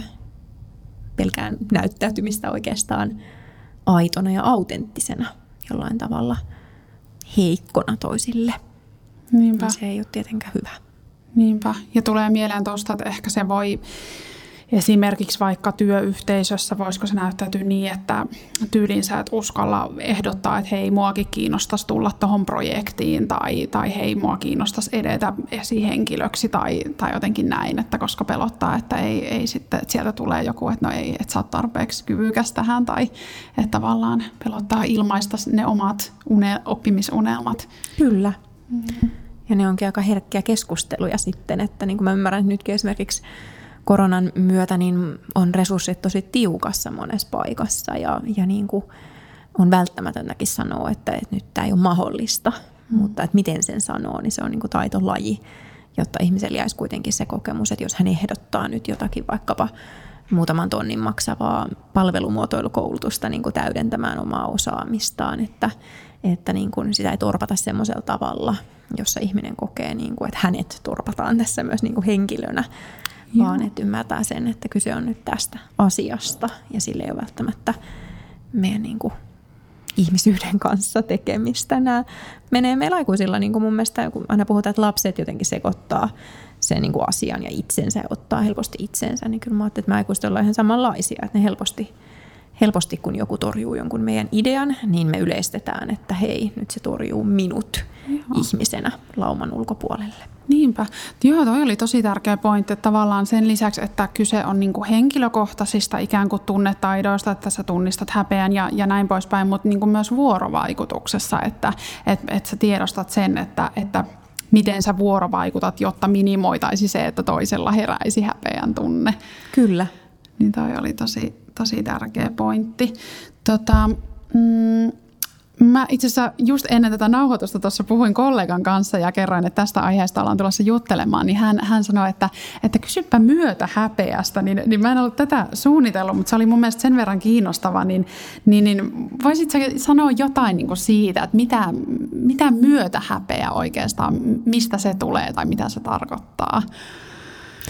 pelkää näyttäytymistä oikeastaan aitona ja autenttisena jollain tavalla heikkona toisille. Niinpä. Se ei ole tietenkään hyvä. Niinpä. Ja tulee mieleen tuosta, että ehkä se voi esimerkiksi vaikka työyhteisössä, voisiko se näyttäytyä niin, että tyyliin sä et uskalla ehdottaa, että hei, muakin kiinnostaisi tulla tuohon projektiin tai hei, mua kiinnostaisi edetä esihenkilöksi tai jotenkin näin, että koska pelottaa, että ei sitten, että sieltä tulee joku, että no ei, että sä oot tarpeeksi kyvykäs tähän tai että tavallaan pelottaa ilmaista ne omat oppimisunelmat. Kyllä. Ja ne onkin aika herkkiä keskusteluja sitten, että niin kuin mä ymmärrän, että nytkin esimerkiksi koronan myötä niin on resurssit tosi tiukassa monessa paikassa ja niin kuin on välttämätöntäkin sanoa, että nyt tämä ei ole mahdollista, mutta että miten sen sanoo, niin se on niin kuin taitolaji, jotta ihmisellä jäisi kuitenkin se kokemus, että jos hän ehdottaa nyt jotakin vaikkapa muutaman tonnin maksavaa palvelumuotoilukoulutusta niin kuin täydentämään omaa osaamistaan, että niin kuin sitä ei torpata semmoisella tavalla, jossa ihminen kokee, niin kuin, että hänet torpataan tässä myös niin kuin henkilönä, vaan että ymmärtää sen, että kyse on nyt tästä asiasta ja sille ei ole välttämättä meidän niin kuin ihmisyyden kanssa tekemistä. Nämä menee meillä aikuisilla, niin kuin mun mielestä, kun aina puhutaan, että lapset jotenkin sekoittaa sen niin kuin asian ja itsensä ja ottaa helposti itsensä, niin kyllä mä ajattelin, että me aikuiset ollaan ihan samanlaisia, että ne helposti kun joku torjuu jonkun meidän idean, niin me yleistetään, että hei, nyt se torjuu minut ihmisenä lauman ulkopuolelle. Niinpä. Joo, toi oli tosi tärkeä pointti, että tavallaan sen lisäksi, että kyse on niin kuin henkilökohtaisista ikään kuin tunnetaidoista, että sä tunnistat häpeän ja näin poispäin, mutta niin kuin myös vuorovaikutuksessa, että sä tiedostat sen, että miten sä vuorovaikutat, jotta minimoitaisi se, että toisella heräisi häpeän tunne. Kyllä. Niin toi oli tosi tärkeä pointti. Mä itse asiassa just ennen tätä nauhoitusta tuossa puhuin kollegan kanssa ja kerroin, että tästä aiheesta ollaan tulossa juttelemaan, niin hän sanoi, että kysypä myötä häpeästä, niin mä en ollut tätä suunnitellut, mutta se oli mun mielestä sen verran kiinnostava, niin voisitko sanoa jotain niin kuin siitä, että mitä myötä häpeä oikeastaan, mistä se tulee tai mitä se tarkoittaa?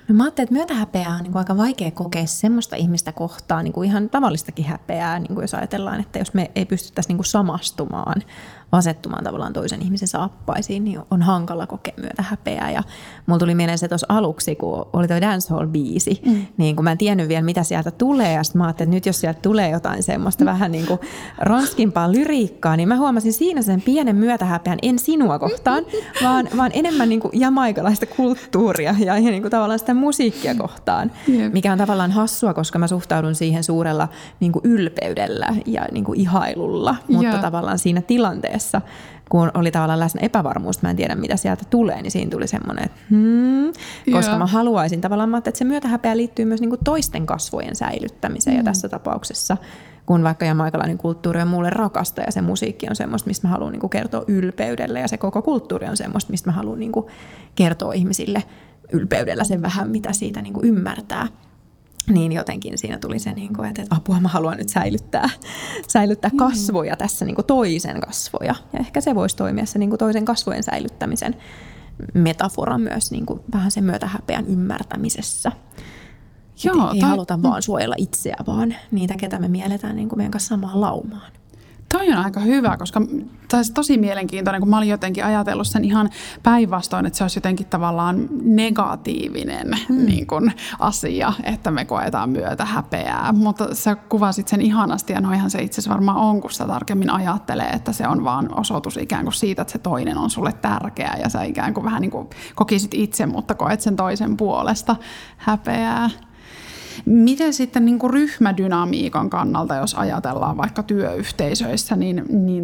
No mä ajattelin, että myötähäpeää on niin kuin aika vaikea kokea semmoista ihmistä kohtaan, niin kuin ihan tavallistakin häpeää, niin kuin jos ajatellaan, että jos me ei pystyttäisi niin kuin samastumaan, asettumaan tavallaan toisen ihmisen saappaisiin, niin on hankala kokea myötähäpeää. Ja mulla tuli mieleen se tuossa aluksi, kun oli toi dancehall-biisi, niin kun mä en tiennyt vielä, mitä sieltä tulee, ja sitten mä ajattelin, että nyt jos sieltä tulee jotain semmoista vähän niin kuin ronskimpaa lyriikkaa, niin mä huomasin siinä sen pienen myötähäpeän, en sinua kohtaan, vaan enemmän niin kuin jamaikalaista kulttuuria ja niin kuin tavallaan sitä musiikkia kohtaan, mikä on tavallaan hassua, koska mä suhtaudun siihen suurella niin kuin ylpeydellä ja niin kuin ihailulla, mutta tavallaan siinä tilanteessa, kun oli tavallaan läsnä epävarmuus, mä en tiedä mitä sieltä tulee, niin siinä tuli semmoinen, että koska mä haluaisin tavallaan, että se myötähäpeä liittyy myös niin kuin toisten kasvojen säilyttämiseen ja tässä tapauksessa, kun vaikka jamaikalainen kulttuuri on mulle rakasta ja se musiikki on semmoista, mistä mä haluan niin kuin kertoa ylpeydellä ja se koko kulttuuri on semmoista, mistä mä haluan niin kuin kertoa ihmisille ylpeydellä sen vähän, mitä siitä niin kuin ymmärtää. Niin jotenkin siinä tuli se, että apua mä haluan nyt säilyttää kasvoja tässä, niin kuin toisen kasvoja. Ja ehkä se voisi toimia se niin kuin toisen kasvojen säilyttämisen metafora myös niin kuin vähän sen myötähäpeän ymmärtämisessä. Joo, ei haluta vaan suojella itseä, vaan niitä, ketä me mielletään niin kuin meidän kanssa samaan laumaan. Toi on aika hyvä, koska taisi tosi mielenkiintoinen, kun mä olin jotenkin ajatellut sen ihan päinvastoin, että se olisi jotenkin tavallaan negatiivinen niin kuin asia, että me koetaan myötähäpeää. Mutta sä kuvasit sen ihanasti ja noihan se itse asiassa varmaan on, kun sitä tarkemmin ajattelee, että se on vaan osoitus ikään kuin siitä, että se toinen on sulle tärkeä ja sä ikään kuin vähän niin kuin kokisit itse, mutta koet sen toisen puolesta häpeää. Miten sitten niin kuin ryhmädynamiikan kannalta, jos ajatellaan vaikka työyhteisöissä, niin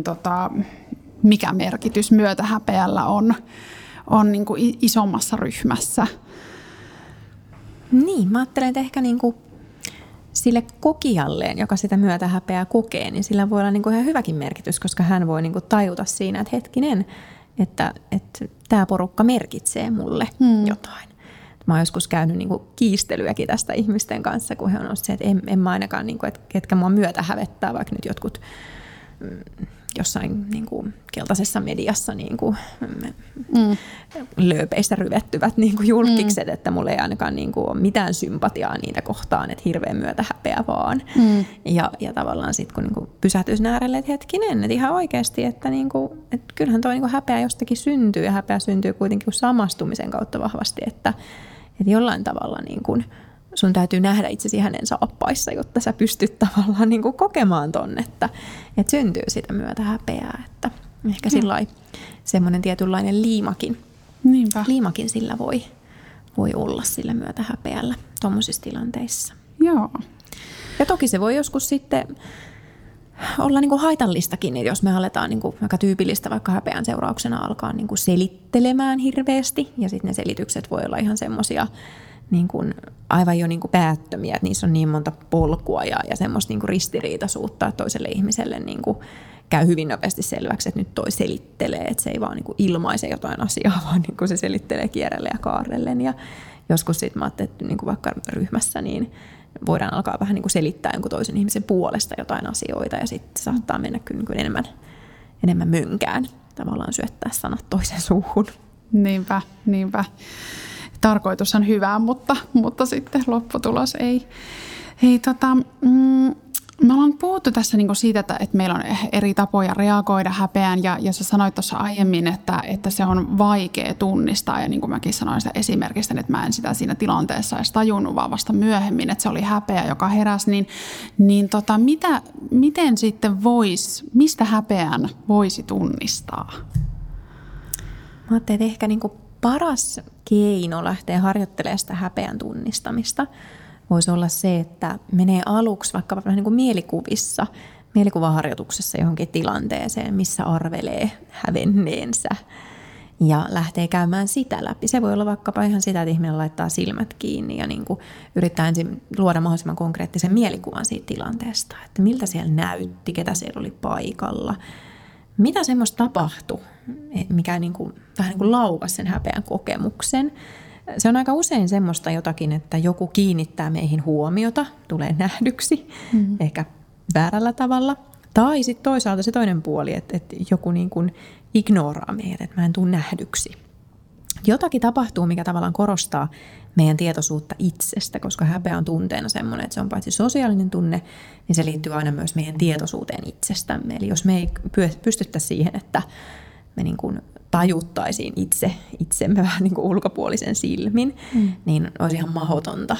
mikä merkitys myötähäpeällä on niin kuin isommassa ryhmässä? Niin, mä ajattelen, että ehkä niin kuin sille kokijalleen, joka sitä myötähäpeää kokee, niin sillä voi olla niin kuin ihan hyväkin merkitys, koska hän voi niin kuin tajuta siinä, että hetkinen, että tämä porukka merkitsee mulle jotain. Mä oon joskus käynyt niin kuin kiistelyäkin tästä ihmisten kanssa, kun he on ollut se, että en mä ainakaan, niin kuin, että ketkä mua myötä hävettää, vaikka nyt jotkut jossain niin kuin keltaisessa mediassa niin kuin, lööpeissä ryvettyvät niin kuin julkikset, että mulla ei ainakaan niin kuin ole mitään sympatiaa niitä kohtaan, että hirveän myötähäpeä vaan. Ja tavallaan sitten kun niin kuin pysähtyy sinne äärelle, että hetkinen, että ihan oikeasti, että, niin kuin, että kyllähän toi niin kuin häpeä jostakin syntyy ja häpeä syntyy kuitenkin samastumisen kautta vahvasti, että jollain tavalla niin kuin sun täytyy nähdä itsesi hänen saappaissa, jotta sä pystyt tavallaan niin kuin kokemaan ton, että syntyy sitä myötä häpeää. Että ehkä sillain semmoinen tietynlainen liimakin sillä voi olla sillä myötä häpeällä tuommoisissa tilanteissa. Joo. Ja toki se voi joskus sitten olla niin kuin haitallistakin, että jos me aletaan niin kuin aika tyypillistä vaikka häpeän seurauksena alkaa niin kuin selittelemään hirveästi ja sitten ne selitykset voi olla ihan semmoisia niin kuin aivan jo niin kuin päättömiä, että niissä on niin monta polkua ja semmoista niin kuin ristiriitaisuutta, että toiselle ihmiselle niin kuin käy hyvin nopeasti selväksi, että nyt toi selittelee, että se ei vaan niin kuin ilmaise jotain asiaa, vaan niin kuin se selittelee kierrelle ja kaarrellen. Ja joskus sitten mä ajattelin, että niin kuin vaikka ryhmässä niin voidaan alkaa vähän niin kuin selittää jonkun toisen ihmisen puolesta jotain asioita ja sitten saattaa mennä kyllä niin kuin enemmän mönkään, tavallaan syöttää sanat toisen suuhun. Niinpä. Tarkoitus on hyvä, mutta sitten lopputulos ei. Me ollaan puhuttu tässä niinku siitä, että meillä on eri tapoja reagoida häpeään ja sä sanoit tuossa aiemmin, että se on vaikea tunnistaa ja niin kuin mäkin sanoin sitä esimerkistä, että mä en sitä siinä tilanteessa edes tajunnut, vaan vasta myöhemmin, että se oli häpeä, joka heräsi, miten sitten mistä häpeän voisi tunnistaa? Mä ajattelin, että ehkä niinku paras keino lähteä harjoittelemaan sitä häpeän tunnistamista voisi olla se, että menee aluksi vaikka vähän niin kuin mielikuvaharjoituksessa johonkin tilanteeseen, missä arvelee hävenneensä ja lähtee käymään sitä läpi. Se voi olla vaikkapa ihan sitä, että ihminen laittaa silmät kiinni ja niin kuin yrittää ensin luoda mahdollisimman konkreettisen mielikuvan siitä tilanteesta, että miltä siellä näytti, ketä siellä oli paikalla, mitä semmoista tapahtui, mikä niin kuin, vähän niin kuin laukasi sen häpeän kokemuksen. Se on aika usein semmoista jotakin, että joku kiinnittää meihin huomiota, tulee nähdyksi, ehkä väärällä tavalla. Tai sitten toisaalta se toinen puoli, että joku niin kuin ignoraa meidät, että mä en tule nähdyksi. jotakin tapahtuu, mikä tavallaan korostaa meidän tietoisuutta itsestä, koska häpeä on tunteena semmoinen, että se on paitsi sosiaalinen tunne, niin se liittyy aina myös meidän tietoisuuteen itsestämme. Eli jos me ei pystyttäisi siihen, että me niin kuin tajuttaisiin itsemme vähän niin kuin ulkopuolisen silmin, niin olisi ihan mahdotonta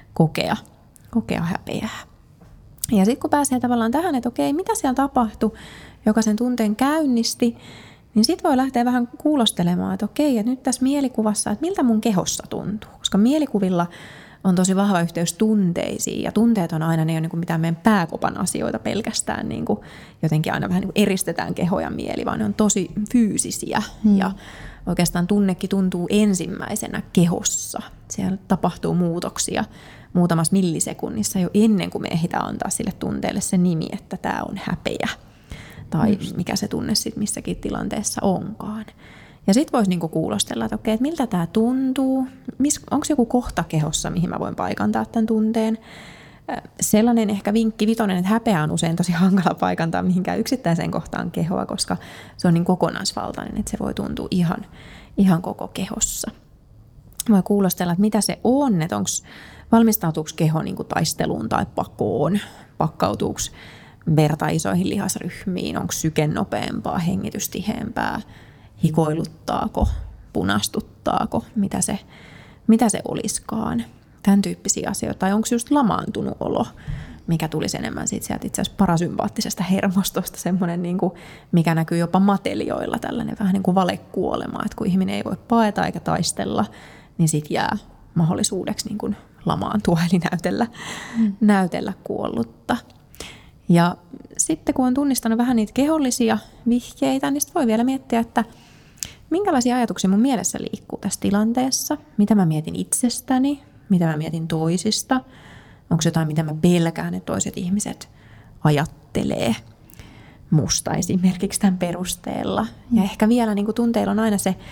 kokea häpeää. Ja sitten kun pääsee tavallaan tähän, että okei, mitä siellä tapahtui, joka sen tunteen käynnisti, niin sitten voi lähteä vähän kuulostelemaan, että okei, että nyt tässä mielikuvassa, että miltä mun kehossa tuntuu. Koska mielikuvilla on tosi vahva yhteys tunteisiin, ja tunteet on aina, ne ei ole niin kuin mitään meidän pääkopan asioita pelkästään, niin kuin jotenkin aina vähän niin kuin eristetään keho ja mieli, vaan ne on tosi fyysisiä, ja oikeastaan tunnekin tuntuu ensimmäisenä kehossa. Siellä tapahtuu muutoksia muutamassa millisekunnissa jo ennen kuin me ehditään antaa sille tunteelle se nimi, että tämä on häpeä. Tai mikä se tunne sitten missäkin tilanteessa onkaan. Ja sitten voisi niinku kuulostella, että okei, että miltä tämä tuntuu, onko joku kohta kehossa, mihin mä voin paikantaa tämän tunteen. Sellainen ehkä vinkki vitonen, että häpeä on usein tosi hankala paikantaa mihinkään yksittäiseen kohtaan kehoa, koska se on niin kokonaisvaltainen, että se voi tuntua ihan koko kehossa. Voi kuulostella, että mitä se on, että valmistautuuko keho niinku taisteluun tai pakoon, pakkautuuko verta isoihin lihasryhmiin, onko syke nopeampaa, hengitys tiheämpää, hikoiluttaako, punastuttaako, mitä se olisikaan. Tämän tyyppisiä asioita. Tai onko just lamaantunut olo, mikä tulisi enemmän sieltä itse asiassa parasympaattisesta hermostosta, semmoinen, niin kuin, mikä näkyy jopa matelioilla, tällainen vähän niin kuin valekuolema, että kun ihminen ei voi paeta eikä taistella, niin sitten jää mahdollisuudeksi niin kuin lamaantua, eli näytellä kuollutta. Ja sitten kun on tunnistanut vähän niitä kehollisia vihjeitä, niin sitten voi vielä miettiä, että minkälaisia ajatuksia mun mielessä liikkuu tässä tilanteessa, mitä mä mietin itsestäni, mitä mä mietin toisista, onko jotain, mitä mä pelkään, että toiset ihmiset ajattelee musta esimerkiksi tämän perusteella. Ja ehkä vielä niin kuin tunteilla on aina se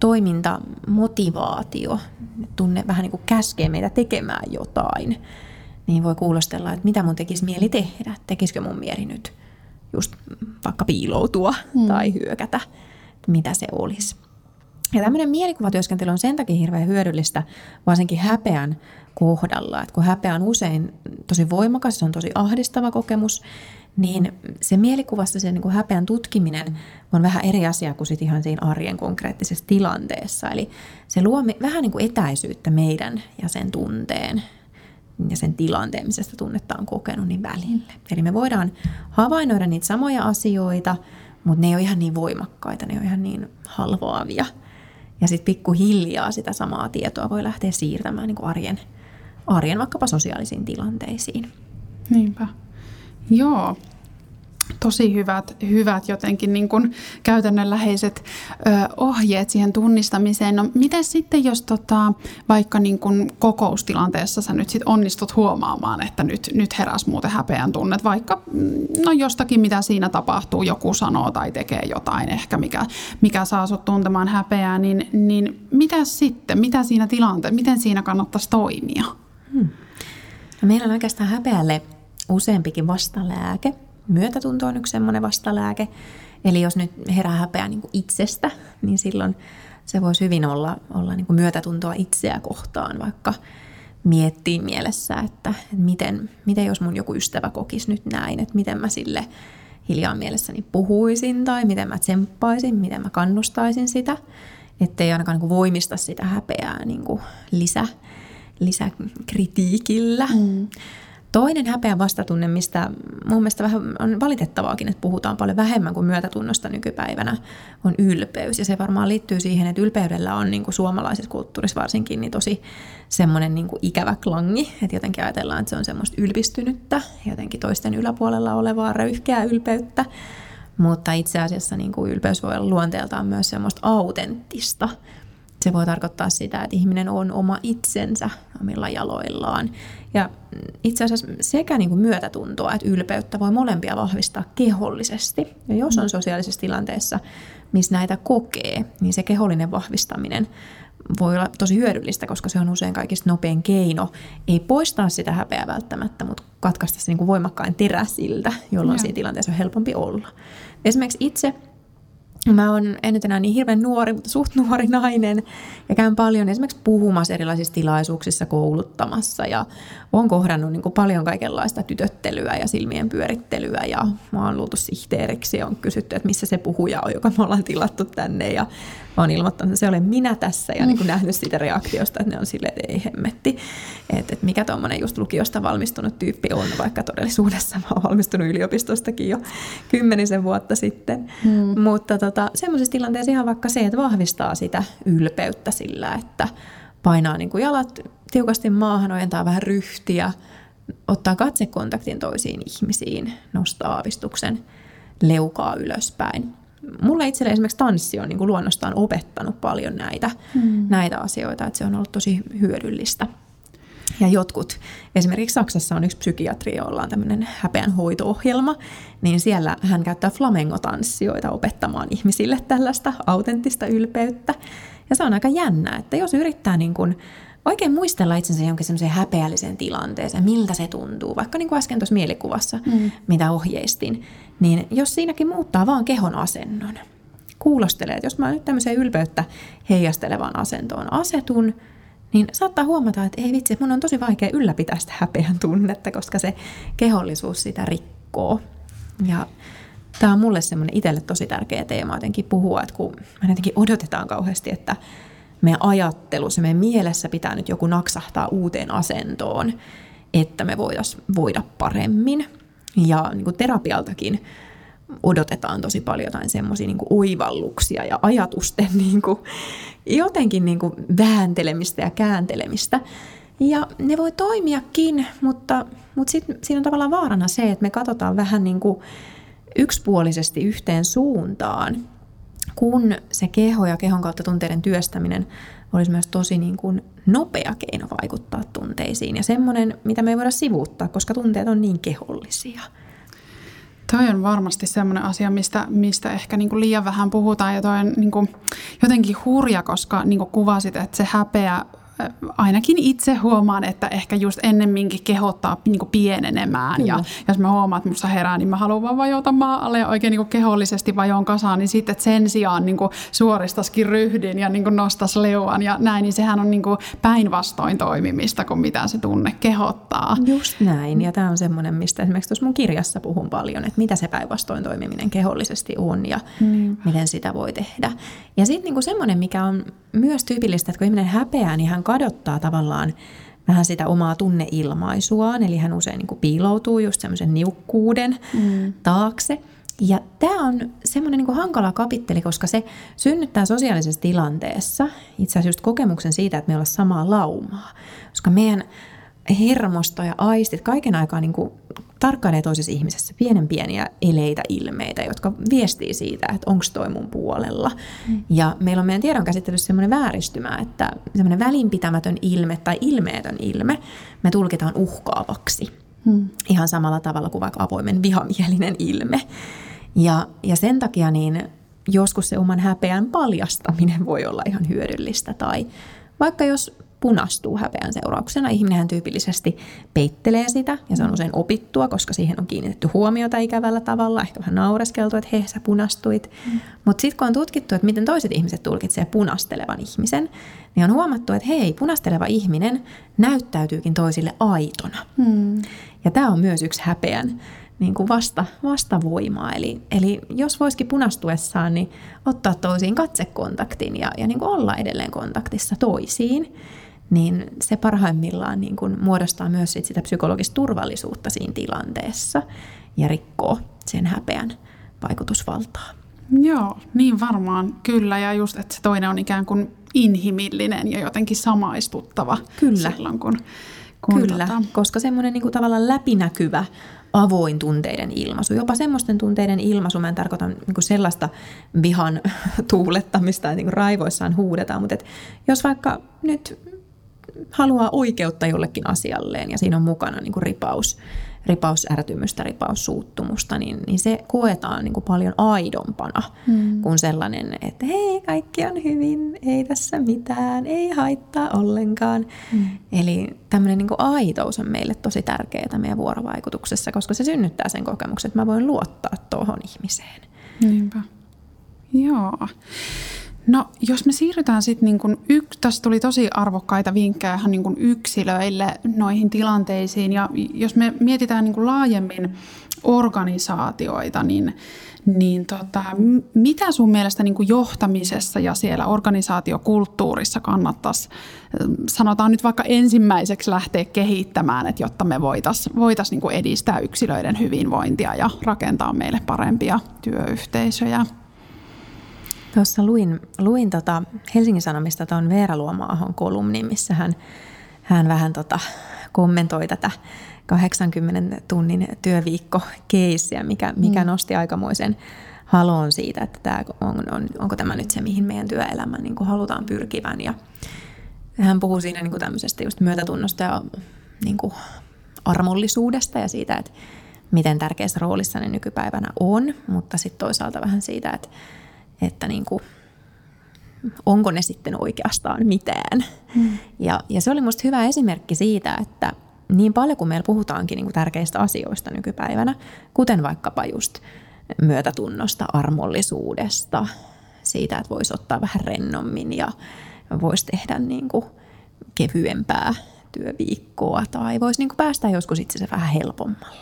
toimintamotivaatio, tunne vähän niin kuin käskee meitä tekemään jotain. Niin voi kuulostella, että mitä mun tekisi mieli tehdä. Tekisikö mun mieli nyt just vaikka piiloutua tai hyökätä, mitä se olisi. Ja tämmöinen mielikuvatyöskentely on sen takia hirveän hyödyllistä, varsinkin häpeän kohdalla. Että kun häpeä on usein tosi voimakas, se on tosi ahdistava kokemus, niin se mielikuvassa se niin kuin häpeän tutkiminen on vähän eri asia kuin sit ihan siinä arjen konkreettisessa tilanteessa. Eli se luo vähän niin kuin etäisyyttä meidän ja sen tunteen ja sen tilanteen, missä sitä tunnetta on kokenut, niin välille. Eli me voidaan havainnoida niitä samoja asioita, mutta ne ei ole ihan niin voimakkaita, ne on ihan niin halvaavia. Ja sitten pikkuhiljaa sitä samaa tietoa voi lähteä siirtämään niin kuin arjen vaikkapa sosiaalisiin tilanteisiin. Niinpä. Joo. Tosi hyvät jotenkin niin kuin käytännönläheiset ohjeet siihen tunnistamiseen. No miten sitten, jos vaikka niin kuin kokoustilanteessa sä nyt sit onnistut huomaamaan, että nyt heräs muuten häpeän tunnet, vaikka jostakin, mitä siinä tapahtuu, joku sanoo tai tekee jotain ehkä, mikä saa sut tuntemaan häpeää, niin mitä sitten, mitä siinä tilanteessa, miten siinä kannattaisi toimia? No meillä on oikeastaan häpeälle useampikin vastalääke. Myötätunto on yksi semmoinen vastalääke. Eli jos nyt herää häpeä niin kuin itsestä, niin silloin se voisi hyvin olla niin kuin myötätuntoa itseä kohtaan, vaikka miettii mielessä, että miten jos mun joku ystävä kokisi nyt näin, että miten mä sille hiljaa mielessäni puhuisin tai miten mä tsemppaisin, miten mä kannustaisin sitä, ettei ainakaan niin kuin voimista sitä häpeää niin kuin lisäkritiikillä. Toinen häpeän vastatunne, mistä mun mielestä vähän on valitettavaakin, että puhutaan paljon vähemmän kuin myötätunnosta nykypäivänä, on ylpeys. Ja se varmaan liittyy siihen, että ylpeydellä on niin kuin suomalaisessa kulttuurissa varsinkin niin tosi semmoinen niin kuin ikävä klangi. Että jotenkin ajatellaan, että se on semmoista ylpistynyttä, jotenkin toisten yläpuolella olevaa röyhkeää ylpeyttä. Mutta itse asiassa niin kuin ylpeys voi olla luonteeltaan myös semmoista autenttista. Se voi tarkoittaa sitä, että ihminen on oma itsensä omilla jaloillaan. Ja itse asiassa sekä niin kuin myötätuntoa että ylpeyttä voi molempia vahvistaa kehollisesti. Ja jos on sosiaalisessa tilanteessa, missä näitä kokee, niin se kehollinen vahvistaminen voi olla tosi hyödyllistä, koska se on usein kaikista nopein keino. Ei poistaa sitä häpeää välttämättä, mutta katkaista se niin kuin voimakkain teräsiltä, jolloin siinä tilanteessa on helpompi olla. Esimerkiksi itse Mä en nyt enää niin hirveän nuori, mutta suht nuori nainen ja käyn paljon esimerkiksi puhumassa erilaisissa tilaisuuksissa, kouluttamassa ja oon kohdannut niin kuin paljon kaikenlaista tytöttelyä ja silmien pyörittelyä ja mä oon luultu sihteeriksi ja on kysytty, että missä se puhuja on, joka me ollaan tilattu tänne ja mä oon ilmoittanut, että se olen minä tässä ja niin kuin nähnyt siitä reaktiosta, että ne on silleen, että ei hemmetti, että mikä tommonen just lukiosta valmistunut tyyppi on, vaikka todellisuudessa mä oon valmistunut yliopistostakin jo 10 vuotta sitten, mutta semmoisessa tilanteessa ihan vaikka se, että vahvistaa sitä ylpeyttä sillä, että painaa niin kuin jalat tiukasti maahan, ojentaa vähän ryhtiä, ottaa katsekontaktin toisiin ihmisiin, nostaa aavistuksen leukaa ylöspäin. Mulle itselle esimerkiksi tanssi on niin kuin luonnostaan opettanut paljon näitä asioita, että se on ollut tosi hyödyllistä. Ja jotkut, esimerkiksi Saksassa on yksi psykiatri, jolla on tämmöinen häpeän hoito-ohjelma, niin siellä hän käyttää flamengotanssijoita opettamaan ihmisille tällaista autenttista ylpeyttä. Ja se on aika jännä, että jos yrittää niin kuin oikein muistella itsensä jonkin semmoiseen häpeälliseen tilanteeseen, miltä se tuntuu, vaikka niin kuin äsken tuossa mielikuvassa, mitä ohjeistin, niin jos siinäkin muuttaa vaan kehon asennon, kuulostelee, että jos mä nyt tämmöiseen ylpeyttä heijastelevaan asentoon asetun, niin saattaa huomata, että ei vitsi, mun on tosi vaikea ylläpitää sitä häpeän tunnetta, koska se kehollisuus sitä rikkoo. Ja tämä on mulle semmoinen itselle tosi tärkeä teema jotenkin puhua, että kun me jotenkin odotetaan kauheasti, että meidän ajattelussa, meidän mielessä pitää nyt joku naksahtaa uuteen asentoon, että me voitaisiin voida paremmin. Ja niin kuin terapialtakin odotetaan tosi paljon jotain semmoisia niin kuin oivalluksia ja ajatusten niin kuin, jotenkin niin kuin vääntelemistä ja kääntelemistä. Ja ne voi toimiakin, mutta sitten siinä on tavallaan vaarana se, että me katsotaan vähän niin kuin yksipuolisesti yhteen suuntaan, kun se keho ja kehon kautta tunteiden työstäminen olisi myös tosi niin kuin nopea keino vaikuttaa tunteisiin. Ja semmoinen, mitä me ei voida sivuuttaa, koska tunteet on niin kehollisia. Toi on varmasti semmoinen asia, mistä ehkä niin kuin liian vähän puhutaan ja toi on niin kuin jotenkin hurja, koska niin kuin kuvasit, että se häpeä, ainakin itse huomaan, että ehkä just ennemminkin kehottaa niin kuin pienenemään. Kyllä. Ja jos mä huomaan, että musta herää, niin mä haluan vaan vajota maa alle ja oikein niin kuin kehollisesti vajoon kasaan, niin sitten että sen sijaan niin kuin suoristaisikin ryhdin ja niin kuin nostaisi leuan ja näin, niin sehän on niin kuin päinvastoin toimimista kuin mitä se tunne kehottaa. Just näin, ja tämä on semmoinen, mistä esimerkiksi tuossa mun kirjassa puhun paljon, että mitä se päinvastoin toimiminen kehollisesti on ja miten sitä voi tehdä. Ja sitten niin kuin semmoinen, mikä on myös tyypillistä, että kun ihminen häpeää, niin hän kadottaa tavallaan vähän sitä omaa tunneilmaisuaan, eli hän usein niin kuin piiloutuu just semmoisen niukkuuden taakse. Ja tämä on semmoinen niin kuin hankala kapitteli, koska se synnyttää sosiaalisessa tilanteessa itse asiassa just kokemuksen siitä, että me ollaan samaa laumaa, koska meidän hermosto ja aistit kaiken aikaa niin kuin tarkkailee toisessa ihmisessä pieniä eleitä, ilmeitä, jotka viestii siitä, että onko toi mun puolella. Ja meillä on meidän tiedon käsittelyssä semmoinen vääristymä, että semmoinen välinpitämätön ilme tai ilmeetön ilme me tulkitaan uhkaavaksi. Ihan samalla tavalla kuin vaikka avoimen vihamielinen ilme. Ja sen takia niin joskus se oman häpeän paljastaminen voi olla ihan hyödyllistä. Tai vaikka jos punastuu häpeän seurauksena, ihminenhän tyypillisesti peittelee sitä, ja se on usein opittua, koska siihen on kiinnitetty huomiota ikävällä tavalla, ehkä vähän naureskeltu, että hei, sä punastuit. Mutta sitten kun on tutkittu, että miten toiset ihmiset tulkitsee punastelevan ihmisen, niin on huomattu, että hei, punasteleva ihminen näyttäytyykin toisille aitona. Ja tämä on myös yksi häpeän niin kuin vastavoimaa. Eli jos voisikin punastuessaan, niin ottaa toisiin katsekontaktin ja niin kuin olla edelleen kontaktissa toisiin, niin se parhaimmillaan niin kuin muodostaa myös sitä psykologista turvallisuutta siinä tilanteessa ja rikkoo sen häpeän vaikutusvaltaa. Joo, niin varmaan kyllä. Ja just, että se toinen on ikään kuin inhimillinen ja jotenkin samaistuttava. Kyllä. Silloin, kun Kyllä, koska semmoinen niin kuin tavallaan läpinäkyvä, avoin tunteiden ilmaisu, jopa semmoisten tunteiden ilmaisu, mä en tarkoita niin kuin sellaista vihan tuulettamista, että niin kuin raivoissaan huudetaan, mutta jos vaikka nyt haluaa oikeutta jollekin asialleen ja siinä on mukana niin kuin ripausärtymystä, ripaussuuttumusta, niin se koetaan niin kuin paljon aidompana kuin sellainen, että hei, kaikki on hyvin, ei tässä mitään, ei haittaa ollenkaan. Eli tämmöinen niin kuin aitous on meille tosi tärkeää meidän vuorovaikutuksessa, koska se synnyttää sen kokemuksen, että mä voin luottaa tuohon ihmiseen. Niinpä. Joo. No jos me siirrytään sitten, niin tässä tuli tosi arvokkaita vinkkejä ihan niin kuin yksilöille noihin tilanteisiin, ja jos me mietitään niin kuin laajemmin organisaatioita, niin mitä sun mielestä niin kuin johtamisessa ja siellä organisaatiokulttuurissa kannattaisi, sanotaan nyt vaikka ensimmäiseksi lähteä kehittämään, että jotta me voitaisiin niin kuin edistää yksilöiden hyvinvointia ja rakentaa meille parempia työyhteisöjä? Tuossa luin Helsingin Sanomista tuon Veera Luoma-ahon kolumnin, missä hän vähän kommentoi tätä 80 tunnin työviikko-keissiä, mikä nosti aikamoisen haloon siitä, että tämä onko tämä nyt se, mihin meidän työelämä niin kuin halutaan pyrkivän. Ja hän puhuu siinä niin kuin tämmöisestä just myötätunnosta ja niin kuin armollisuudesta ja siitä, että miten tärkeässä roolissa ne nykypäivänä on, mutta sitten toisaalta vähän siitä, että niin kuin, onko ne sitten oikeastaan mitään. Ja se oli musta hyvä esimerkki siitä, että niin paljon kuin meillä puhutaankin niin kuin tärkeistä asioista nykypäivänä, kuten vaikkapa just myötätunnosta, armollisuudesta, siitä, että voisi ottaa vähän rennommin ja voisi tehdä niin kuin kevyempää työviikkoa tai voisi niin kuin päästä joskus itse vähän helpommalla.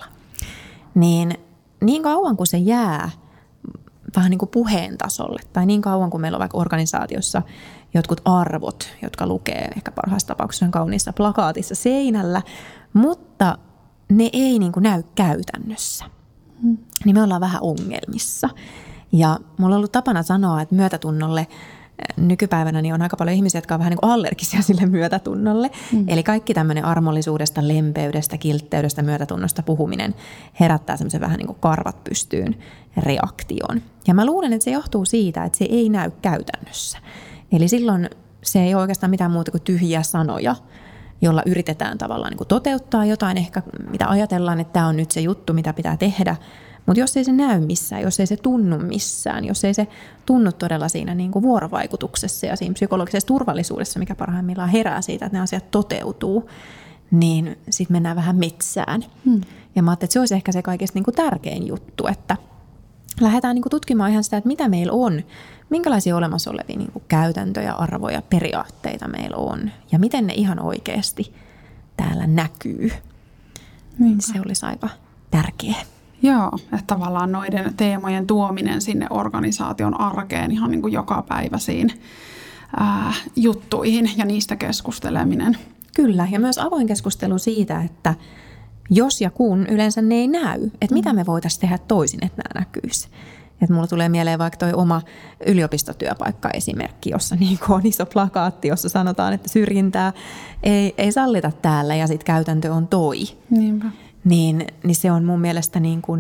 Niin kauan kuin se jää vähän niin kuin puheen tasolle tai niin kauan kuin meillä on vaikka organisaatiossa jotkut arvot, jotka lukee ehkä parhaassa tapauksessa kauniissa plakaatissa seinällä, mutta ne ei niin kuin näy käytännössä. Niin me ollaan vähän ongelmissa. Ja mulla on ollut tapana sanoa, että myötätunnolle nykypäivänä niin on aika paljon ihmisiä, jotka on vähän niin kuin allergisia sille myötätunnolle. Eli kaikki tämmöinen armollisuudesta, lempeydestä, kiltteydestä, myötätunnosta puhuminen herättää semmoisen vähän niin kuin karvat pystyyn reaktion. Ja mä luulen, että se johtuu siitä, että se ei näy käytännössä. Eli silloin se ei ole oikeastaan mitään muuta kuin tyhjiä sanoja, jolla yritetään tavallaan niin kuin toteuttaa jotain ehkä, mitä ajatellaan, että tämä on nyt se juttu, mitä pitää tehdä. Mutta jos ei se näy missään, jos ei se tunnu missään, jos ei se tunnu todella siinä niin kuin vuorovaikutuksessa ja siinä psykologisessa turvallisuudessa, mikä parhaimmillaan herää siitä, että ne asiat toteutuu, niin sitten mennään vähän metsään. Ja mä ajattelin, että se olisi ehkä se kaikista niin kuin tärkein juttu, että lähdetään niin kuin tutkimaan ihan sitä, että mitä meillä on, minkälaisia olemassa olevia niin kuin käytäntöjä, arvoja, periaatteita meillä on ja miten ne ihan oikeasti täällä näkyy. Se olisi aika tärkeää. Joo, että tavallaan noiden teemojen tuominen sinne organisaation arkeen ihan niin kuin jokapäiväisiin juttuihin ja niistä keskusteleminen. Kyllä, ja myös avoin keskustelu siitä, että jos ja kun yleensä ne ei näy, että mitä me voitaisiin tehdä toisin, että nämä näkyisi. Että mulla tulee mieleen vaikka toi oma yliopistotyöpaikka-esimerkki, jossa niin on iso plakaatti, jossa sanotaan, että syrjintää ei sallita täällä ja sitten käytäntö on toi. Niinpä. Niin se on mun mielestä niin kuin,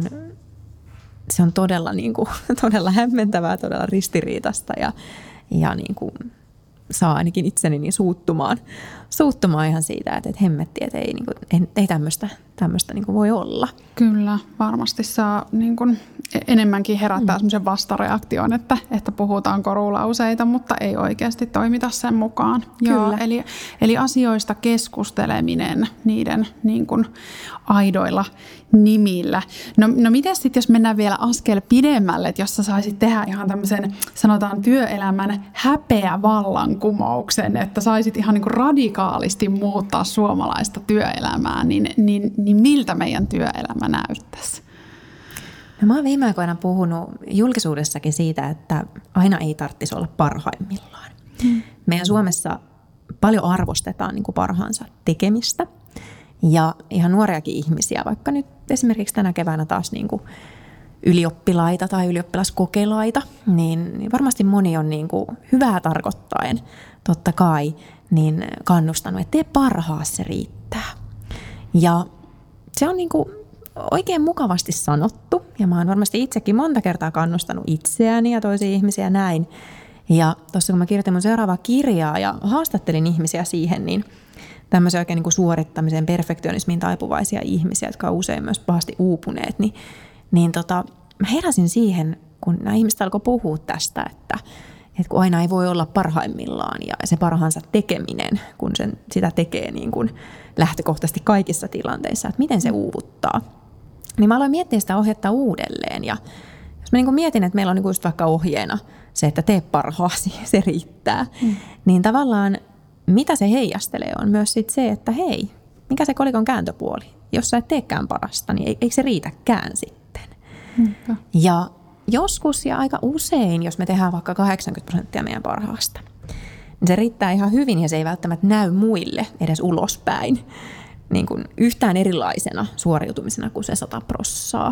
se on todella, niin kuin, todella hämmentävää, todella ristiriitasta ja niin kuin saa ainakin itseni niin suuttumaan ihan siitä, että hemmetti, että ei tämmöistä niin kuin voi olla. Kyllä, varmasti saa niin kuin enemmänkin herättää semmoisen vastareaktion, että puhutaan korulauseita, mutta ei oikeasti toimita sen mukaan. Joo, eli asioista keskusteleminen niiden niin kuin aidoilla nimillä. No miten sitten, jos mennään vielä askel pidemmälle, että jos sä saisit tehdä ihan tämmöisen, sanotaan työelämän häpeävallankumouksen, että saisit ihan niin kuin radikaalisti muuttaa suomalaista työelämää, niin miltä meidän työelämä näyttäisi? No, mä oon viime aikoina puhunut julkisuudessakin siitä, että aina ei tarvitsisi olla parhaimmillaan. Meidän Suomessa paljon arvostetaan niin kuin parhaansa tekemistä ja ihan nuoriakin ihmisiä, vaikka nyt esimerkiksi tänä keväänä taas niin kuin ylioppilaita tai ylioppilaskokelaita, niin varmasti moni on niin kuin hyvää tarkoittaen, totta kai, niin kannustanut, että tee parhaas, se riittää. Ja se on niin kuin oikein mukavasti sanottu, ja mä oon varmasti itsekin monta kertaa kannustanut itseäni ja toisia ihmisiä näin. Ja tuossa kun mä kirjoitin mun seuraavaa kirjaa ja haastattelin ihmisiä siihen, niin tämmöisen oikein niin kuin suorittamiseen, perfektionismiin taipuvaisia ihmisiä, jotka on usein myös pahasti uupuneet, niin mä heräsin siihen, kun nämä ihmiset alkoi puhua tästä, että kun aina ei voi olla parhaimmillaan ja se parhaansa tekeminen, kun sitä tekee niin kuin lähtökohtaisesti kaikissa tilanteissa, että miten se uuvuttaa. Niin mä aloin miettiä sitä ohjetta uudelleen ja Jos mä niin kuin mietin, että meillä on niin kuin just vaikka ohjeena se, että tee parhaasi, se riittää, niin tavallaan mitä se heijastelee on myös sit se, että hei, mikä se kolikon kääntöpuoli? Jos sä et teekään parasta, niin eikö se riitäkään sitten? Ja joskus ja aika usein, jos me tehdään vaikka 80% meidän parhaasta, niin se riittää ihan hyvin ja se ei välttämättä näy muille edes ulospäin niin kuin yhtään erilaisena suoriutumisena kuin se 100%.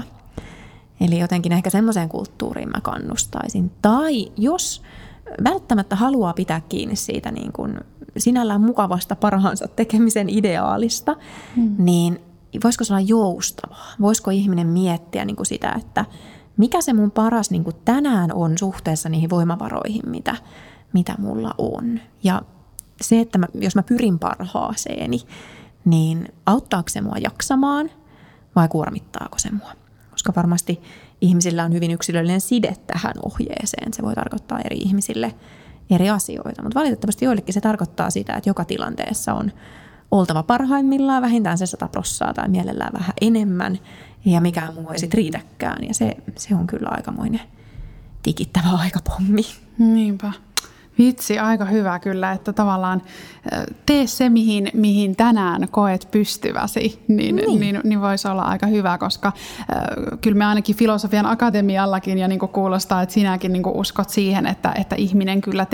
Eli jotenkin ehkä semmoiseen kulttuuriin mä kannustaisin. Tai jos välttämättä haluaa pitää kiinni siitä niin kuin sinällään mukavasta parhaansa tekemisen ideaalista, niin voisiko se olla joustavaa? Voisiko ihminen miettiä niin kuin sitä, että mikä se mun paras niin kuin tänään on suhteessa niihin voimavaroihin, mitä mulla on. Ja se, että jos mä pyrin parhaaseeni, niin auttaako se mua jaksamaan vai kuormittaako se mua? Koska varmasti ihmisillä on hyvin yksilöllinen side tähän ohjeeseen. Se voi tarkoittaa eri ihmisille eri asioita, mutta valitettavasti joillekin se tarkoittaa sitä, että joka tilanteessa on oltava parhaimmillaan vähintään se 100% tai mielellään vähän enemmän ja mikään muu ei sitten riitäkään. Ja se on kyllä aikamoinen tikittävä aikapommi. Niinpä. Vitsi, aika hyvä kyllä, että tavallaan tee se, mihin tänään koet pystyväsi, niin voisi olla aika hyvä, koska kyllä me ainakin Filosofian Akatemiallakin ja niin kuin kuulostaa, että sinäkin niin kuin uskot siihen, että ihminen kyllä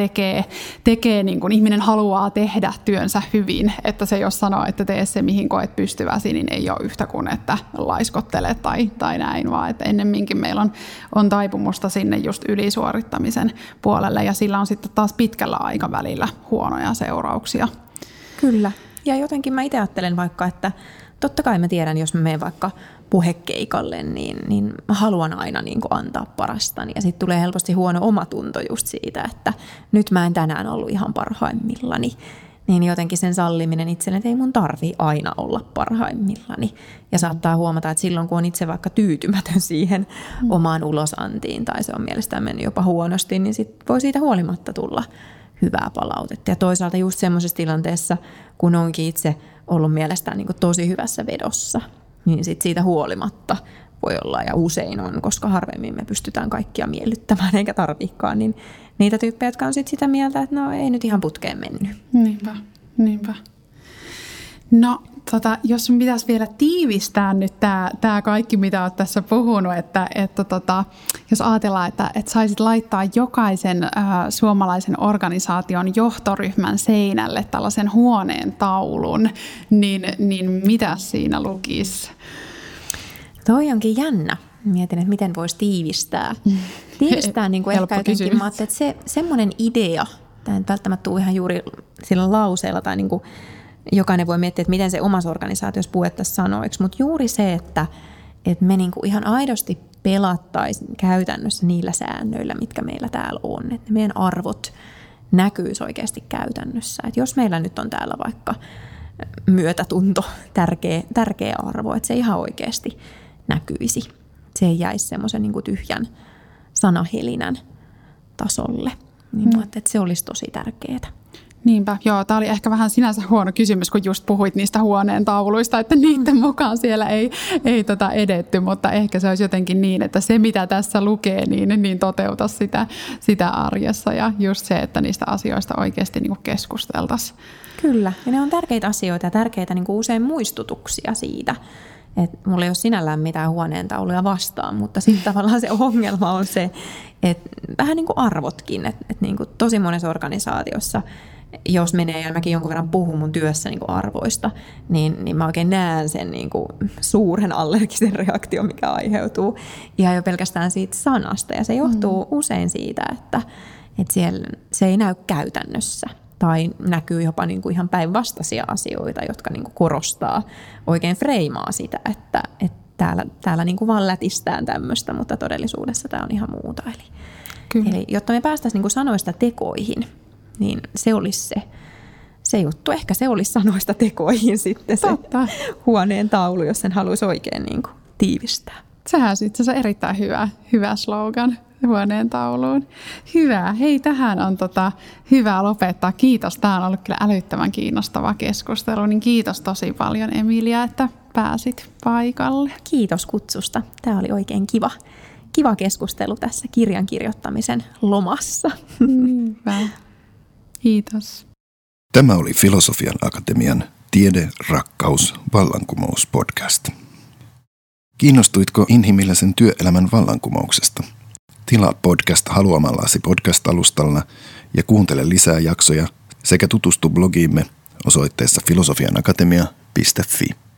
tekee niin kuin ihminen haluaa tehdä työnsä hyvin, että se jos sanoo, että tee se, mihin koet pystyväsi, niin ei ole yhtä kuin, että laiskottele tai näin, vaan että ennemminkin meillä on taipumusta sinne just ylisuorittamisen puolelle ja sillä on sitten taas pitkällä aikavälillä huonoja seurauksia. Kyllä. Ja jotenkin mä itse ajattelen vaikka, että totta kai mä tiedän, jos mä menen vaikka puhekeikalle, niin mä haluan aina niin kuin antaa parastani. Ja sitten tulee helposti huono omatunto just siitä, että nyt mä en tänään ollut ihan parhaimmillani. Niin jotenkin sen salliminen itselle, että ei mun tarvii aina olla parhaimmillani. Ja saattaa huomata, että silloin kun on itse vaikka tyytymätön siihen omaan ulosantiin tai se on mielestään mennyt jopa huonosti, niin sit voi siitä huolimatta tulla hyvää palautetta. Ja toisaalta just semmoisessa tilanteessa, kun onkin itse ollut mielestään niin kuin tosi hyvässä vedossa, niin sit siitä huolimatta voi olla ja usein on, koska harvemmin me pystytään kaikkia miellyttämään eikä tarviikaan, niin niitä tyyppejä, jotka on sit sitä mieltä, että no ei nyt ihan putkeen mennyt. Niinpä. No, jos sun pitäisi vielä tiivistää nyt tämä kaikki, mitä olet tässä puhunut, että jos ajatellaan, että saisit laittaa jokaisen suomalaisen organisaation johtoryhmän seinälle tällaisen huoneen taulun, niin mitä siinä lukisi? Toi onkin jännä. Mietin, että miten voisi tiivistää. Tiivistää niin kuin ehkä jotenkin, mä ajattelin, että semmoinen idea, tämä ei välttämättä tule ihan juuri sillä lauseella, tai niin kuin jokainen voi miettiä, että miten se omassa organisaatiossa puettaisiin sanoiksi, mutta juuri se, että me niin kuin ihan aidosti pelattaisiin käytännössä niillä säännöillä, mitkä meillä täällä on, että meidän arvot näkyisi oikeasti käytännössä. Että jos meillä nyt on täällä vaikka myötätunto, tärkeä arvo, että se ihan oikeasti näkyisi. Se ei jäisi semmoisen niin kuin tyhjän sanahelinän tasolle. Niin että se olisi tosi tärkeää. Niinpä, joo. Tämä oli ehkä vähän sinänsä huono kysymys, kun just puhuit niistä huoneen tauluista, että niiden mukaan siellä ei edetty, mutta ehkä se olisi jotenkin niin, että se mitä tässä lukee, niin toteuta sitä arjessa ja just se, että niistä asioista oikeasti niin kuin keskusteltaisiin. Kyllä, ja ne on tärkeitä asioita ja tärkeitä niin kuin usein muistutuksia siitä, että mulla ei ole sinällään mitään huoneentauluja vastaan, mutta sitten tavallaan se ongelma on se, että vähän niin kuin arvotkin, että niin kuin tosi monessa organisaatiossa, jos menee ja mäkin jonkun verran puhun mun työssä niin kuin arvoista, niin mä oikein näen sen niin kuin suuren allergisen reaktion, mikä aiheutuu ihan jo pelkästään siitä sanasta. Ja se johtuu usein siitä, että siellä se ei näy käytännössä. Tai näkyy jopa niin kuin ihan päinvastaisia asioita, jotka niin kuin korostaa, oikein freimaa sitä, että täällä niin kuin vaan lätistään tämmöistä, mutta todellisuudessa tämä on ihan muuta. Eli jotta me päästäisiin niin kuin sanoista tekoihin, niin se olisi se juttu. Ehkä se olisi sanoista tekoihin sitten se huoneen taulu, jos sen haluaisi oikein niin kuin tiivistää. Sehän on itse asiassa erittäin hyvä slogan. Huoneen tauluun. Hyvä. Hei, tähän on hyvä lopettaa. Kiitos. Tämä on ollut kyllä älyttömän kiinnostava keskustelu. Niin kiitos tosi paljon, Emilia, että pääsit paikalle. Kiitos kutsusta. Tämä oli oikein kiva kiva keskustelu tässä kirjan kirjoittamisen lomassa. Niinpä. Kiitos. Tämä oli Filosofian Akatemian Tiede, rakkaus, vallankumous podcast. Kiinnostuitko inhimillisen työelämän vallankumouksesta? Tilaa podcast haluamallasi podcast-alustalla ja kuuntele lisää jaksoja sekä tutustu blogiimme osoitteessa filosofianakatemia.fi.